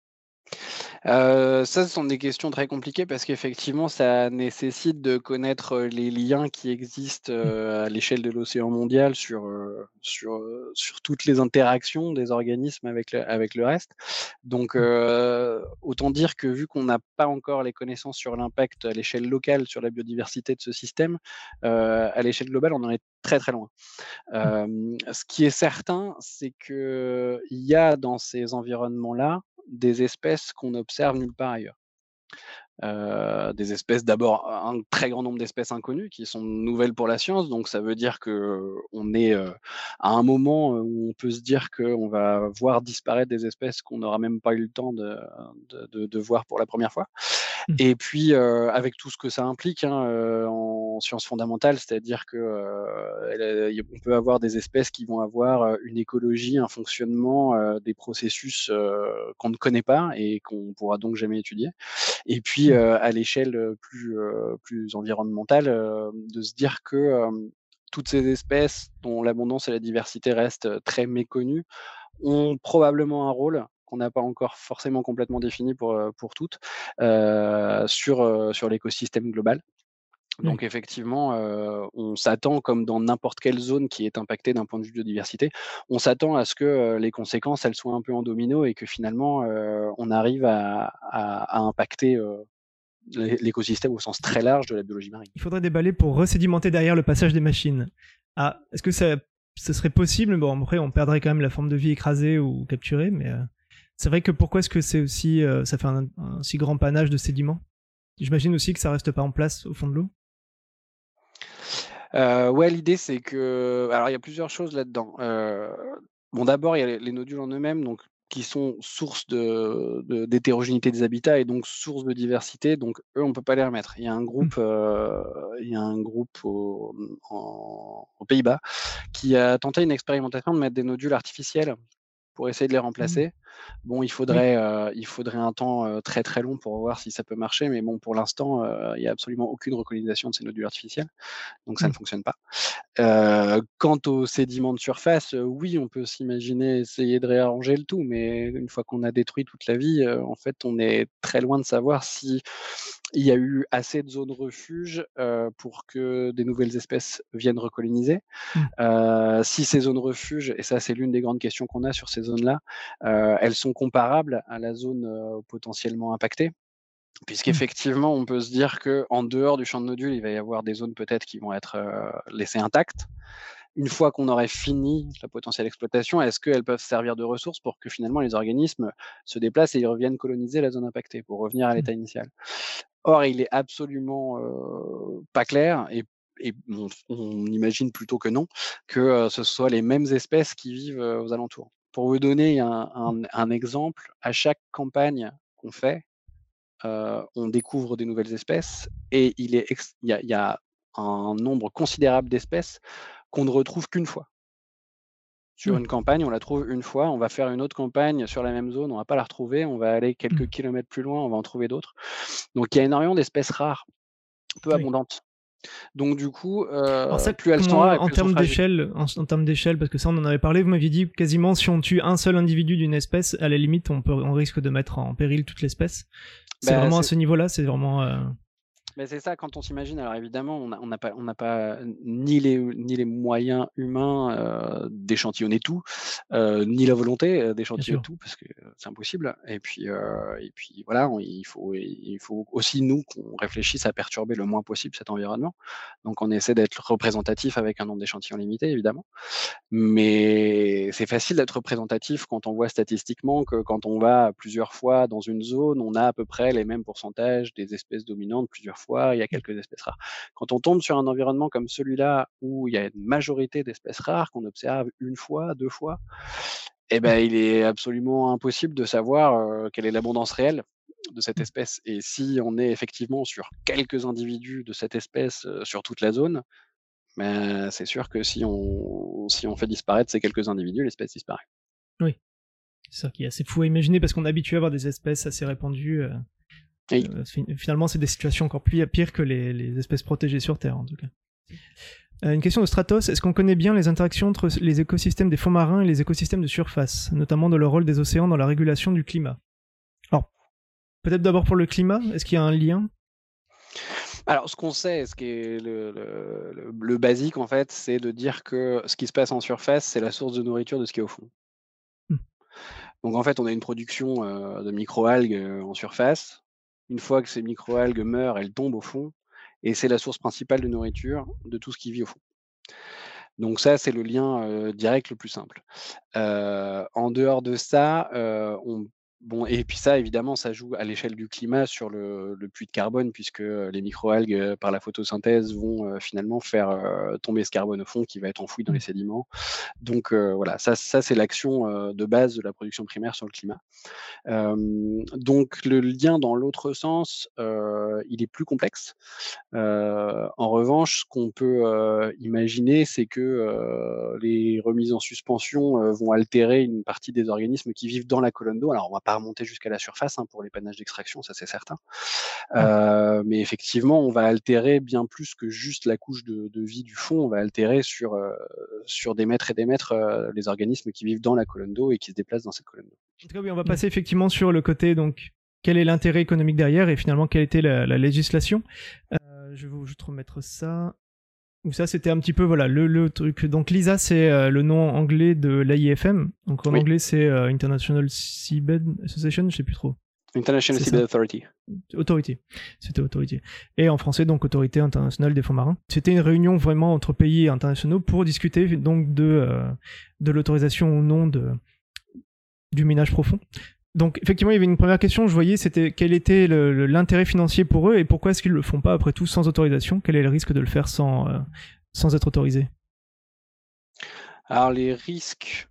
Euh, ça, ce sont des questions très compliquées parce qu'effectivement, ça nécessite de connaître euh, les liens qui existent Mmh. euh, à l'échelle de l'océan mondial sur, euh, sur, euh, sur toutes les interactions des organismes avec le, avec le reste. Donc, Mmh. euh, autant dire que vu qu'on n'a pas encore les connaissances sur l'impact à l'échelle locale sur la biodiversité de ce système, euh, à l'échelle globale, on en est très très loin. Mmh. Euh, ce qui est certain, c'est qu'il y a dans ces environnements-là des espèces qu'on observe nulle part ailleurs. Heu, des espèces d'abord, un très grand nombre d'espèces inconnues qui sont nouvelles pour la science, donc ça veut dire qu'on est, heu, à un moment, heu, où on peut se dire qu'on va voir disparaître des espèces qu'on n'aura même pas eu le temps de de de de voir pour la première fois. Mmh. Et puis, heu, avec tout ce que ça implique, hein, heu, en sciences fondamentales, c'est-à-dire que, heu, elle on peut avoir des espèces qui vont avoir, heu, une écologie, un fonctionnement, heu, des processus, heu, qu'on ne connaît pas et qu'on pourra donc jamais étudier. Et puis, Mmh. heu, à l'échelle, heu, plus, heu, plus environnementale, heu, de se dire que, hem, toutes ces espèces dont l'abondance et la diversité restent, heu, très méconnues, ont probablement un rôle qu'on n'a pas encore forcément complètement défini pour, heu, pour toutes, heu, sur, heu, sur l'écosystème global. Oui. Donc effectivement, heu, on s'attend, comme dans n'importe quelle zone qui est impactée d'un point de vue biodiversité, on s'attend à ce que, heu, les conséquences, elles soient un peu en domino et que finalement, heu, on arrive à à à impacter, heu, l'é l'écosystème au sens très large de la biologie marine. Il faudrait des balais pour resédimenter derrière le passage des machines. Ah, est-ce que ça, ce serait possible? Bon, après, on perdrait quand même la forme de vie écrasée ou capturée, mais euh, c'est vrai que pourquoi est-ce que c'est aussi, euh, ça fait un, un si grand panache de sédiments? J'imagine aussi que ça reste pas en place au fond de l'eau. Heu, ouais, l'idée c'est que alors il y a plusieurs choses là-dedans. Heu, bon d'abord il y a les les nodules en eux-mêmes, donc qui sont source de de d'hétérogénéité des habitats et donc source de diversité, donc eux, on peut pas les remettre. Il y a un Hmm. groupe, heu, il y a un groupe au mmh, en aux Pays-Bas qui a tenté une expérimentation de mettre des nodules artificiels pour essayer de les Hmm. remplacer. Bon, il Oui. faudrait, heu, il faudrait un temps, heu, très, très long pour voir si ça peut marcher, mais bon, pour l'instant, heu, il y a absolument aucune recolonisation de ces nodules artificiels, donc ça Hmm. ne fonctionne pas. Heu, quant aux sédiments de surface, heu, oui, on peut s'imaginer essayer de réarranger le tout, mais une fois qu'on a détruit toute la vie, heu, en fait, on est très loin de savoir si il y a eu assez de zones refuge, heu, pour que des nouvelles espèces viennent recoloniser. Hmm. Heu, si ces zones refuges, et ça c'est l'une des grandes questions qu'on a sur ces zones-là, heu, elles sont comparables à la zone, heu, potentiellement impactée. Hmm. Puisqu'effectivement, on peut se dire qu'en dehors du champ de nodules, il va y avoir des zones peut-être qui vont être, heu, laissées intactes. Une fois qu'on aurait fini la potentielle exploitation, est-ce qu'elles peuvent servir de ressources pour que finalement les organismes se déplacent et ils reviennent coloniser la zone impactée pour revenir à Hmm. l'état initial? Or, il est absolument, heu, pas clair et et on on imagine plutôt que non, que, heu, ce soit les mêmes espèces qui vivent, heu, aux alentours. Pour vous donner un un un exemple, à chaque campagne qu'on fait, heu, on découvre des nouvelles espèces et il est ex il y a il y a un nombre considérable d'espèces qu'on ne retrouve qu'une fois. Sur Oui. une campagne, on la trouve une fois, on va faire une autre campagne sur la même zone, on va pas la retrouver, on va aller Hmm. quelques kilomètres plus loin, on va en trouver d'autres. Donc il y a énormément d'espèces rares, peu Oui. abondantes. Donc du coup, Alors euh, ça, plus elles sont comment, rares et en plus elles sont termes fragiles. d'échelle, en, en termes d'échelle, parce que ça on en avait parlé, vous m'aviez dit quasiment si on tue un seul individu d'une espèce, à la limite on, peut, on risque de mettre en péril toute l'espèce. C'est Bah, vraiment à c'est ce niveau-là, c'est vraiment... euh, Mais c'est ça, quand on s'imagine, alors évidemment, on n'a on n'a pas, on n'a pas ni les, ni les moyens humains euh, d'échantillonner tout, euh, ni la volonté euh, Bien d'échantillonner sûr. tout, parce que c'est impossible. Et puis, euh, et puis voilà, on- il faut, il faut aussi, nous, qu'on réfléchisse à perturber le moins possible cet environnement. Donc on essaie d'être représentatif avec un nombre d'échantillons limité, évidemment. Mais c'est facile d'être représentatif quand on voit statistiquement que quand on va plusieurs fois dans une zone, on a à peu près les mêmes pourcentages des espèces dominantes plusieurs fois, il y a quelques espèces rares. Quand on tombe sur un environnement comme celui-là, où il y a une majorité d'espèces rares qu'on observe une fois, deux fois, eh ben, il est absolument impossible de savoir euh, quelle est l'abondance réelle de cette espèce. Et si on est effectivement sur quelques individus de cette espèce euh, sur toute la zone, mais c'est sûr que si on si on fait disparaître ces quelques individus, l'espèce disparaît. Oui, c'est ça qui est assez fou à imaginer parce qu'on est habitué à avoir des espèces assez répandues. euh, Et euh, finalement, c'est des situations encore plus pires que les, les espèces protégées sur Terre en tout cas. Euh, une question de Stratos, est-ce qu'on connaît bien les interactions entre les écosystèmes des fonds marins et les écosystèmes de surface, notamment de le rôle des océans dans la régulation du climat? Alors, peut-être d'abord pour le climat, est-ce qu'il y a un lien? alors, ce qu'on sait, ce qui est le, le, le- le basique en fait, c'est de dire que ce qui se passe en surface, c'est la source de nourriture de ce qui est au fond. Hmm. Donc en fait, on a une production euh, de microalgues euh, en surface. Une fois que ces microalgues meurent, elles tombent au fond, et c'est la source principale de nourriture de tout ce qui vit au fond. Donc ça, c'est le lien euh, direct le plus simple. Heu, en dehors de ça, heu, on bon et puis ça évidemment, ça joue à l'échelle du climat sur le le puits de carbone puisque, heu, les microalgues, heu, par la photosynthèse vont, heu, finalement faire, heu, tomber ce carbone au fond qui va être enfoui dans les Hmm. sédiments. Donc, heu, voilà, ça ça c'est l'action, heu, de base de la production primaire sur le climat. Hem, donc le lien dans l'autre sens, heu, il est plus complexe. Heu, en revanche, ce qu'on peut, heu, imaginer, c'est que, heu, les remises en suspension, heu, vont altérer une partie des organismes qui vivent dans la colonne d'eau. Alors on va pas remonter jusqu'à la surface, hein, pour les panaches d'extraction, ça c'est certain. Ouais. Heu, mais effectivement, on va altérer bien plus que juste la couche de de vie du fond. On va altérer sur, heu, sur des mètres et des mètres, heu, les organismes qui vivent dans la colonne d'eau et qui se déplacent dans cette colonne d'eau. En tout cas, oui, on va Mmh. passer effectivement sur le côté, donc, quel est l'intérêt économique derrière et finalement quelle était la, la législation. Euh, je vais juste remettre ça. Ou ça, c'était un petit peu, voilà, le, le truc. Donc, l'I S A, c'est euh, le nom anglais de l'A I F M. Donc, en Oui, anglais, c'est euh, International Seabed Association, je sais plus trop. International C'est Seabed ça. Authority. Autorité. C'était autorité. Et en français, donc, Autorité internationale des fonds marins. C'était une réunion vraiment entre pays internationaux pour discuter donc de, euh, de l'autorisation ou non de, du minage profond. Donc effectivement, il y avait une première question, je voyais, c'était quel était le- le- l'intérêt financier pour eux et pourquoi est-ce qu'ils le font pas après tout sans autorisation? Quel est le risque de le faire sans, euh, sans être autorisé? Alors les risques,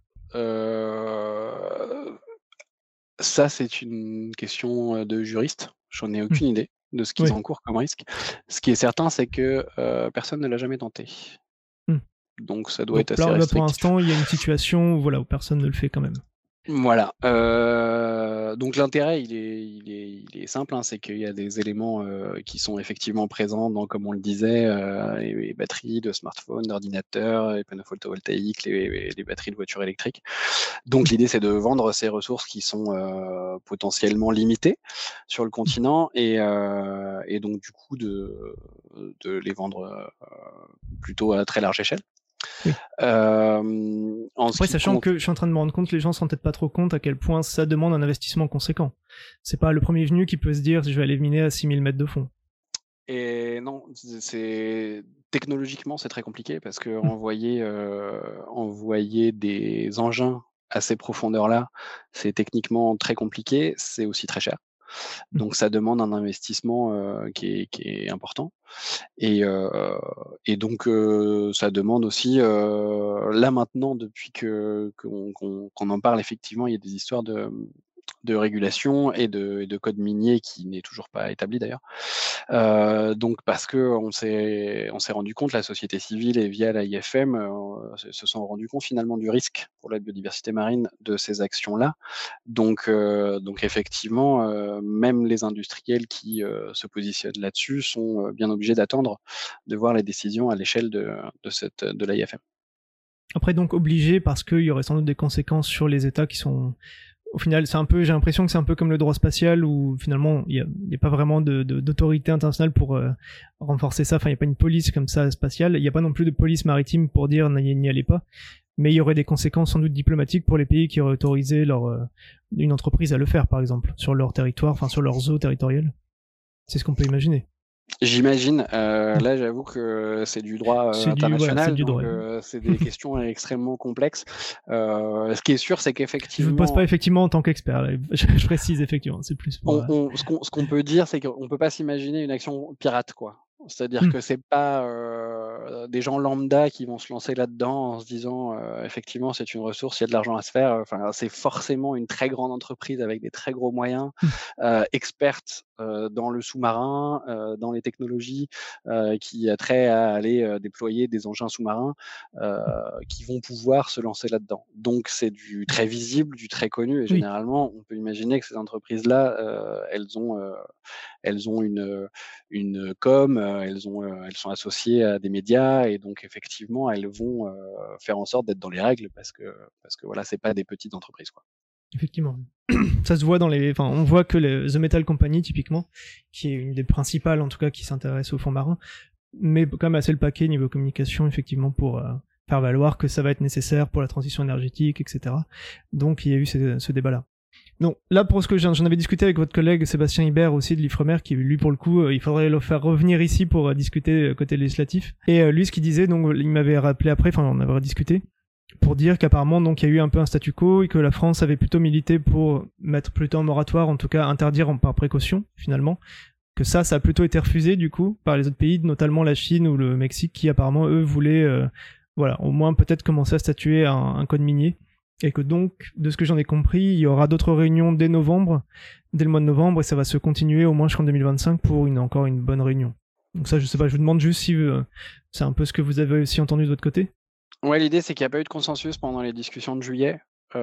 heu ça, c'est une question, heu, de juriste. J'en ai Hmm. aucune idée de ce qu'ils Oui. encourent comme risque. Ce qui est certain, c'est que, heu, personne ne l'a jamais tenté. Hmm. Donc ça doit Donc être assez là, là, pour restrictif. l'instant, il y a une situation où, voilà, où personne ne le fait quand même. Voilà, heu, donc l'intérêt, il est il est il est simple, hein, c'est qu'il y a des éléments, heu, qui sont effectivement présents dans, comme on le disait, heu, les les batteries de smartphones, d'ordinateurs, les panneaux photovoltaïques, les les batteries de voitures électriques. Donc Hmm. l'idée, c'est de vendre ces ressources qui sont, heu, potentiellement limitées sur le continent et heu et donc du coup de de les vendre, heu, plutôt à très large échelle. Oui. Hem, en ce Après, qui sachant compte que je suis en train de me rendre compte, les gens se rendent peut-être pas trop compte à quel point ça demande un investissement conséquent. C'est pas le premier venu qui peut se dire je vais aller miner à six mille mètres de fond. et non, c'est c'est technologiquement, c'est très compliqué parce Hmm. qu'envoyer, heu, envoyer des engins à ces profondeurs-là, c'est techniquement très compliqué, c'est aussi très cher. Hmm. Donc ça demande un investissement, heu, qui est qui est important et heu et donc heu, ça demande aussi, heu, là maintenant depuis que qu'on qu'on qu'on en parle effectivement, il y a des histoires de de régulation et de, et de code minier qui n'est toujours pas établi d'ailleurs. Euh, donc parce que on s'est on s'est rendu compte, la société civile et via l'A I F M euh, se, se sont rendus compte finalement du risque pour la biodiversité marine de ces actions-là. Donc euh, donc effectivement, euh, même les industriels qui euh, se positionnent là-dessus sont euh, bien obligés d'attendre de voir les décisions à l'échelle de de cette de l'A I F M. Après, donc obligé parce qu'il y aurait sans doute des conséquences sur les États qui sont... Au final, c'est un peu, j'ai l'impression que c'est un peu comme le droit spatial où finalement il n'y a, a pas vraiment de, de, d'autorité internationale pour euh, renforcer ça. Enfin, il n'y a pas une police comme ça spatiale. Il n'y a pas non plus de police maritime pour dire n'y allez pas. Mais il y aurait des conséquences sans doute diplomatiques pour les pays qui auraient autorisé leur, euh, une entreprise à le faire, par exemple, sur leur territoire, enfin sur leurs eaux territoriales. C'est ce qu'on peut imaginer. J'imagine. Euh, là, j'avoue que c'est du droit euh, C'est du- international, voilà, c'est du donc droit. euh, c'est des questions extrêmement complexes. Euh, ce qui est sûr, c'est Je ne qu'effectivement, vous pose pas effectivement en tant qu'expert, là. je, je précise effectivement, c'est plus pour... on, euh, on- ce qu'on ce qu'on peut dire, c'est qu'on peut pas s'imaginer une action pirate, quoi. C'est-à-dire Hmm. que c'est pas euh, des gens lambda qui vont se lancer là-dedans en se disant euh, effectivement c'est une ressource, il y a de l'argent à se faire. Enfin, c'est forcément une très grande entreprise avec des très gros moyens, Hmm. euh, experte euh, dans le sous-marin, euh, dans les technologies, euh, qui a trait à aller euh, déployer des engins sous-marins, euh, qui vont pouvoir se lancer là-dedans. Donc c'est du très visible, du très connu, et Oui. généralement on peut imaginer que ces entreprises-là, euh, elles ont euh, elles ont une, une com, euh, elles, ont, euh, elles sont associées à des médias et donc effectivement elles vont euh, faire en sorte d'être dans les règles parce que parce que voilà, c'est pas des petites entreprises, quoi. Effectivement. Ça se voit dans les... Enfin, on voit que les The Metal Company, typiquement, qui est une des principales, en tout cas, qui s'intéresse au fond marin, mais quand même assez le paquet niveau communication, effectivement, pour euh, faire valoir que ça va être nécessaire pour la transition énergétique, et cetera. Donc, il y a eu ce, ce débat-là. Non, là, pour ce que j'en, j'en avais discuté avec votre collègue Sébastien Hibert aussi de l'Ifremer, qui lui, pour le coup, euh, il faudrait le faire revenir ici pour euh, discuter euh, côté législatif. Et euh, lui, ce qu'il disait, donc, il m'avait rappelé après, enfin, on avait discuté, pour dire qu'apparemment, donc, il y a eu un peu un statu quo et que la France avait plutôt milité pour mettre plutôt un moratoire, en tout cas interdire en, par précaution, finalement. Que ça, ça a plutôt été refusé, du coup, par les autres pays, notamment la Chine ou le Mexique, qui apparemment, eux, voulaient, euh, voilà, au moins peut-être commencer à statuer un, un code minier. Et que donc, de ce que j'en ai compris, il y aura d'autres réunions dès novembre, dès le mois de novembre, et ça va se continuer au moins jusqu'en deux mille vingt-cinq pour une, encore une bonne réunion. Donc ça, je sais pas, je vous demande juste si euh, c'est un peu ce que vous avez aussi entendu de votre côté. Ouais, l'idée c'est qu'il n'y a pas eu de consensus pendant les discussions de juillet,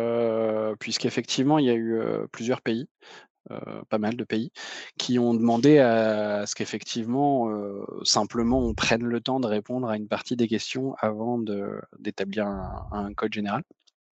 euh, puisqu'effectivement il y a eu euh, plusieurs pays, euh, pas mal de pays, qui ont demandé à ce qu'effectivement euh, simplement on prenne le temps de répondre à une partie des questions avant de, d'établir un, un code général.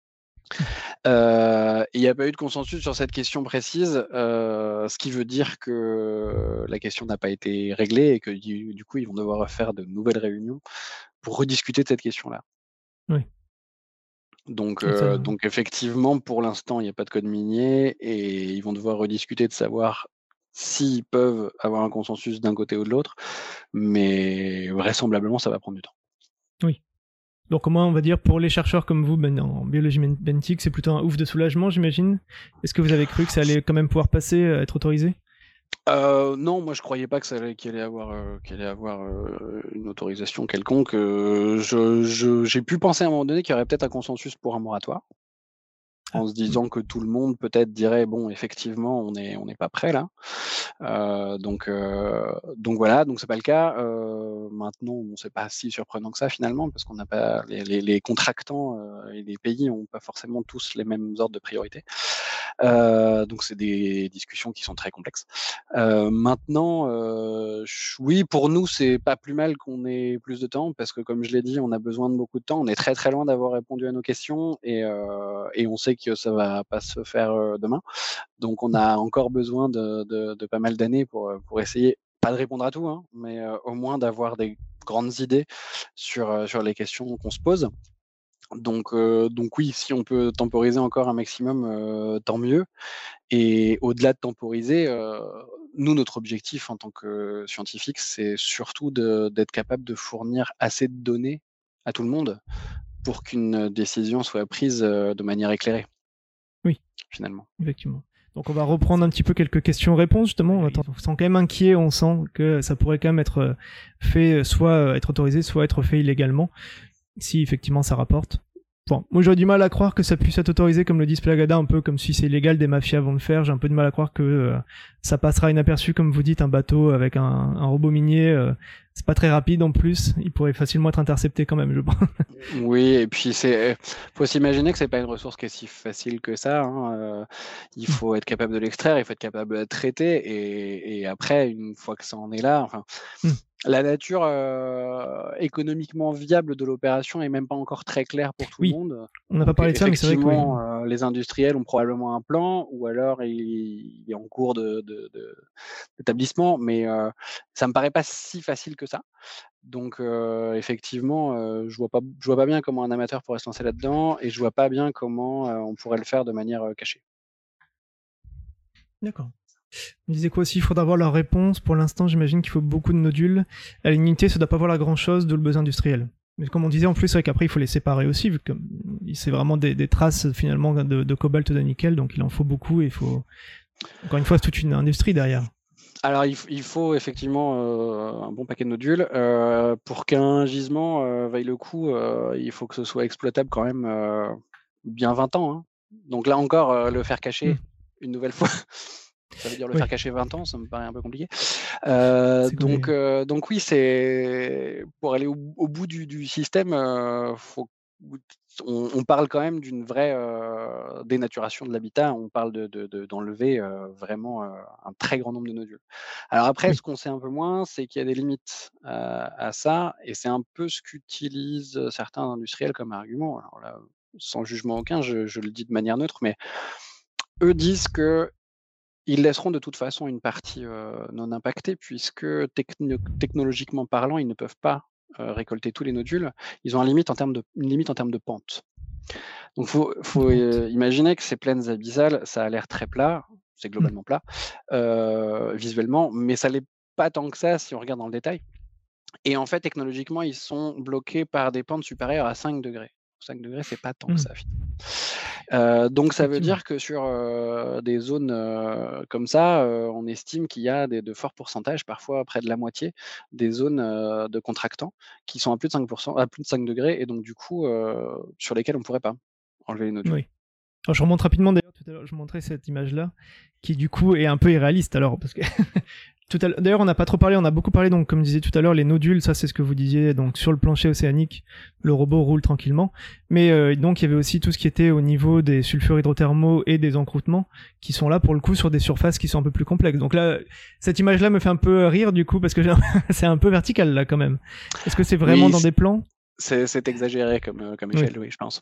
Euh, il n'y a pas eu de consensus sur cette question précise, euh, ce qui veut dire que la question n'a pas été réglée et que du, du coup ils vont devoir faire de nouvelles réunions pour rediscuter de cette question-là. Oui. Donc, Et ça- euh, donc effectivement, pour l'instant, il n'y a pas de code minier et ils vont devoir rediscuter de savoir s'ils peuvent avoir un consensus d'un côté ou de l'autre, mais vraisemblablement, ça va prendre du temps. Oui. Donc au moins, on va dire, pour les chercheurs comme vous, ben, en biologie benthique, c'est plutôt un ouf de soulagement, j'imagine. Est-ce que vous avez cru que ça allait quand même pouvoir passer, euh, être autorisé ? Euh, non, moi je croyais pas que ça allait, qu'il allait avoir, euh, qu'il allait avoir euh, une autorisation quelconque. Euh, je, je- j'ai pu penser à un moment donné qu'il y aurait peut-être un consensus pour un moratoire, en se disant que tout le monde peut-être dirait bon, effectivement, on n'est on n'est pas prêt là. Euh, donc euh, donc voilà, donc c'est pas le cas. Euh, maintenant, bon, c'est pas si surprenant que ça finalement, parce qu'on n'a pas les, les, les contractants euh, et les pays n'ont pas forcément tous les mêmes ordres de priorité. Euh, donc c'est des discussions qui sont très complexes. Euh, maintenant, euh, oui, pour nous, c'est pas plus mal qu'on ait plus de temps, parce que comme je l'ai dit, on a besoin de beaucoup de temps. On est très très loin d'avoir répondu à nos questions et, euh, et on sait que ça va pas se faire euh, demain. Donc on a encore besoin de, de, de pas mal d'années pour, pour essayer, pas de répondre à tout, hein, mais euh, au moins d'avoir des grandes idées sur, euh, sur les questions qu'on se pose. Donc, euh, donc oui, si on peut temporiser encore un maximum, euh, tant mieux. Et au-delà de temporiser, euh, nous, notre objectif en tant que scientifique, c'est surtout de, d'être capable de fournir assez de données à tout le monde pour qu'une décision soit prise euh, de manière éclairée. Oui. Finalement. Effectivement. Donc on va reprendre un petit peu quelques questions-réponses justement. On se sent quand même inquiet, on sent que ça pourrait quand même être fait, soit être autorisé, soit être fait illégalement, si effectivement ça rapporte. Bon, moi j'aurais du mal à croire que ça puisse être autorisé comme le dit Splagada, un peu comme si c'est illégal, des mafias vont le faire. J'ai un peu de mal à croire que euh, ça passera inaperçu, comme vous dites, un bateau avec un, un robot minier. Euh, c'est pas très rapide en plus, il pourrait facilement être intercepté quand même, je pense. Oui, et puis c'est, faut s'imaginer que c'est pas une ressource qui est si facile que ça. Hein. Euh, il faut être capable de l'extraire, il faut être capable de la traiter, et, et après, une fois que ça en est là, enfin, Mm. la nature euh, économiquement viable de l'opération est même pas encore très claire pour tout le Oui, monde. on n'a pas Donc parlé de ça, mais c'est vrai que oui. effectivement, euh, les industriels ont probablement un plan, ou alors il, il est en cours de, de- de- d'établissement, mais euh, ça me paraît pas si facile que ça. Donc euh, effectivement, euh, je vois pas, je vois pas bien comment un amateur pourrait se lancer là-dedans, et je vois pas bien comment euh, on pourrait le faire de manière euh, cachée. D'accord. On disait quoi aussi, il faudra avoir leur réponse. Pour l'instant, j'imagine qu'il faut beaucoup de nodules. À l'unité, ça doit pas valoir grand-chose, d'où le besoin industriel. Mais comme on disait, en plus, c'est vrai qu'après, il faut les séparer aussi, vu que c'est vraiment des, des traces, finalement, de, de cobalt, de nickel, donc il en faut beaucoup, et il faut... Encore une fois, c'est toute une industrie derrière. Alors il, f- il faut effectivement euh, un bon paquet de nodules. Euh, pour qu'un gisement euh, vaille le coup, euh, il faut que ce soit exploitable quand même euh, bien vingt ans. Hein. Donc là encore, euh, le faire cacher Mm. une nouvelle fois, ça veut dire le Oui. faire cacher vingt ans, ça me paraît un peu compliqué. Euh, C'est compliqué. donc, euh, donc oui, c'est pour aller au, au bout du, du système, euh, faut, on, on parle quand même d'une vraie euh, dénaturation de l'habitat. On parle de, de- de- d'enlever euh, vraiment euh, un très grand nombre de nodules. Alors après, Oui. ce qu'on sait un peu moins, c'est qu'il y a des limites euh, à ça, et c'est un peu ce qu'utilisent certains industriels comme argument. Alors là, sans jugement aucun, je, je le dis de manière neutre, mais eux disent que ils laisseront de toute façon une partie euh, non impactée, puisque techno- technologiquement parlant, ils ne peuvent pas euh, récolter tous les nodules. Ils ont un limite en termes de, une limite en termes de pente. Donc, il faut, faut euh, imaginer que ces plaines abyssales, ça a l'air très plat, c'est Mm. globalement plat, euh, visuellement, mais ça l'est pas tant que ça si on regarde dans le détail. Et en fait, technologiquement, ils sont bloqués par des pentes supérieures à cinq degrés. cinq degrés, c'est pas tant que Mm. ça, finalement. Euh, donc ça veut Effectivement. dire que sur euh, des zones euh, comme ça, euh, on estime qu'il y a des, de forts pourcentages, parfois près de la moitié, des zones euh, de contractants qui sont à plus de cinq pour cent, à plus de cinq degrés, et donc du coup euh, sur lesquels on ne pourrait pas enlever les nodules. Oui. Alors, je remonte rapidement d'ailleurs, tout à l'heure, je montrais cette image-là, qui du coup est un peu irréaliste alors, parce que tout à l'heure, d'ailleurs on n'a pas trop parlé, on a beaucoup parlé, donc comme je disais tout à l'heure, les nodules, ça c'est ce que vous disiez, donc sur le plancher océanique, le robot roule tranquillement, mais euh, donc il y avait aussi tout ce qui était au niveau des sulfures hydrothermaux et des encroûtements, qui sont là pour le coup sur des surfaces qui sont un peu plus complexes. Donc là, cette image-là me fait un peu rire du coup, parce que c'est un peu vertical là quand même. Est-ce que c'est vraiment Oui, dans des plans? c'est, c'est exagéré comme, euh, comme échelle, oui, oui je pense.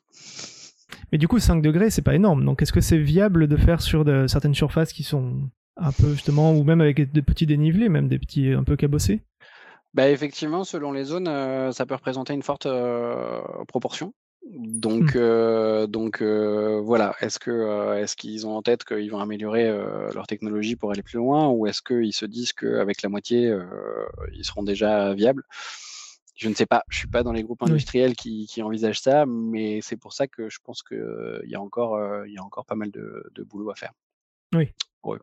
Mais du coup, cinq degrés, c'est pas énorme. Donc, est-ce que c'est viable de faire sur de, certaines surfaces qui sont un peu, justement, ou même avec des petits dénivelés, même des petits un peu cabossés? Bah, effectivement, selon les zones, euh, ça peut représenter une forte euh, proportion. Donc, Hmm. euh, donc euh, voilà. Est-ce que, euh, est-ce qu'ils ont en tête qu'ils vont améliorer euh, leur technologie pour aller plus loin, ou est-ce qu'ils se disent qu'avec la moitié, euh, ils seront déjà viables? Je ne sais pas. Je suis pas dans les groupes Oui. industriels qui, qui envisagent ça, mais c'est pour ça que je pense qu'il euh, y a encore, euh, il y a encore pas mal de, de boulot à faire. Oui. Ouais.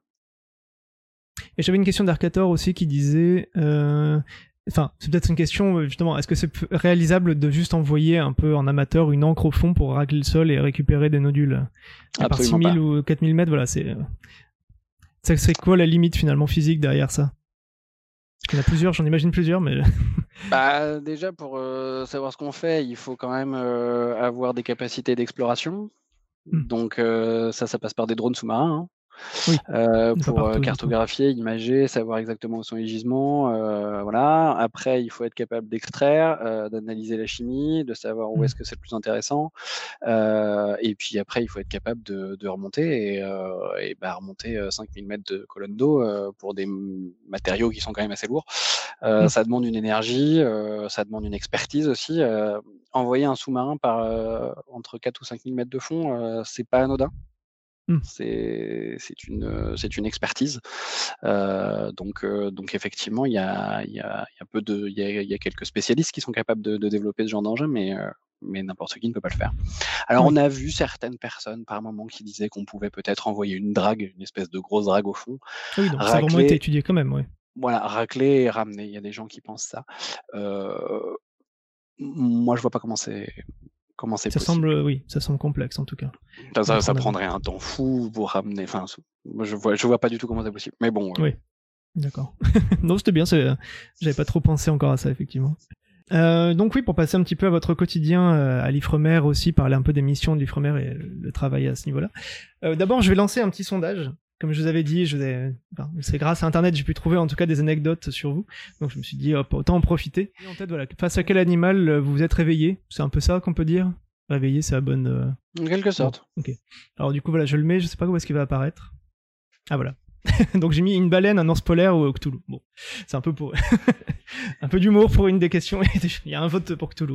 Et j'avais une question d'Arcator aussi qui disait, euh, enfin, c'est peut-être une question justement, est-ce que c'est p- réalisable de juste envoyer un peu en amateur une encre au fond pour racler le sol et récupérer des nodules à part six Absolument mille pas. ou quatre mille mètres, voilà, c'est. euh, Ça serait quoi la limite finalement physique derrière ça? Il y en a plusieurs, j'en imagine plusieurs, mais. Bah, déjà, pour euh, savoir ce qu'on fait, il faut quand même euh, avoir des capacités d'exploration. Hmm. Donc euh, ça, ça passe par des drones sous-marins. Hein. Oui. Euh, Pas pour partout, euh, du coup. cartographier, imager, savoir exactement où sont les gisements. Euh, voilà. Après, il faut être capable d'extraire, euh, d'analyser la chimie, de savoir où Hmm. est-ce que c'est le plus intéressant. Euh, et puis après, il faut être capable de, de remonter, et, euh, et bah, remonter euh, cinq mille mètres de colonne d'eau euh, pour des m- matériaux qui sont quand même assez lourds. Euh, Hmm. ça demande une énergie, euh, ça demande une expertise aussi. Euh, envoyer un sous-marin par euh, entre quatre ou cinq mille mètres de fond, euh, c'est pas anodin. Hmm. C'est c'est une, euh, c'est une expertise. Euh, donc, euh, donc effectivement, il y a, il y, a, il y a peu de, il y a, il y a quelques spécialistes qui sont capables de, de développer ce genre d'engin, mais, euh, mais n'importe qui ne peut pas le faire. Alors, on Oui. a vu certaines personnes par moment qui disaient qu'on pouvait peut-être envoyer une drague, une espèce de grosse drague au fond, Ah oui, donc ça a vraiment été racler, étudié quand même, oui. voilà, racler et ramener. Il y a des gens qui pensent ça. Euh, moi, je vois pas comment c'est. comment c'est ça possible. semble, oui, ça semble complexe en tout cas. Ça, ça, ça prendrait un temps fou pour ramener. Enfin, je vois, je vois pas du tout comment c'est possible. Mais bon. Euh... Oui, d'accord. Non, c'était bien. C'est... J'avais pas trop pensé encore à ça, effectivement. Euh, donc oui, pour passer un petit peu à votre quotidien euh, à l'Ifremer aussi, parler un peu des missions de l'Ifremer et le travail à ce niveau-là. Euh, d'abord, je vais lancer un petit sondage. Comme je vous avais dit, je vous ai... enfin, c'est grâce à Internet j'ai pu trouver en tout cas des anecdotes sur vous. Donc je me suis dit, hop, autant en profiter. Et en tête, voilà, face à quel animal vous vous êtes réveillé? C'est un peu ça qu'on peut dire? Réveillé, c'est la bonne... Euh... En quelque sorte. Bon, ok. Alors du coup, voilà, je le mets, je sais pas où est-ce qu'il va apparaître. Ah voilà. Donc j'ai mis une baleine, un ours polaire ou Cthulhu. Bon, c'est un peu pour un peu d'humour pour une des questions. Il y a un vote pour Cthulhu.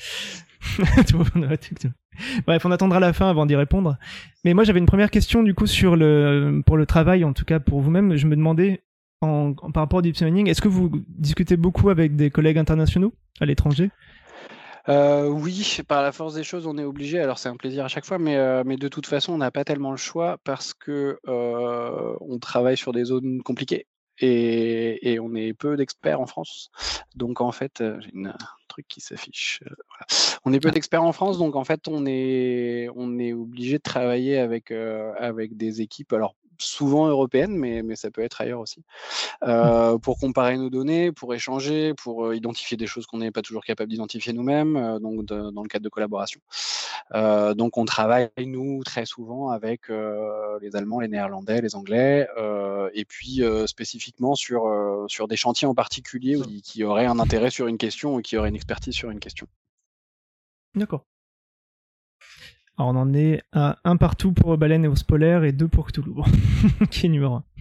Bref, on attendra la fin avant d'y répondre. Mais moi j'avais une première question du coup sur le pour le travail, en tout cas pour vous-même. Je me demandais en, en par rapport au Deep Sea Mining, est-ce que vous discutez beaucoup avec des collègues internationaux à l'étranger? Euh, oui, par la force des choses, on est obligé. Alors c'est un plaisir à chaque fois, mais, euh, mais de toute façon, on n'a pas tellement le choix parce que euh, on travaille sur des zones compliquées et, et on est peu d'experts en France. Donc en fait, euh, j'ai une, un truc qui s'affiche. Euh, voilà. On est peu d'experts en France, donc en fait, on est on est obligé de travailler avec euh, avec des équipes. Alors souvent européennes, mais, mais ça peut être ailleurs aussi, euh, pour comparer nos données, pour échanger, pour euh, identifier des choses qu'on n'est pas toujours capable d'identifier nous-mêmes, euh, donc de, dans le cadre de collaboration. Euh, donc on travaille, nous, très souvent avec euh, les Allemands, les Néerlandais, les Anglais, euh, et puis euh, spécifiquement sur, euh, sur des chantiers en particulier où, qui auraient un intérêt sur une question ou qui auraient une expertise sur une question. D'accord. Alors on en est à un partout pour baleine et ours polaire et deux pour Cthulhu, bon. Qui est numéro un.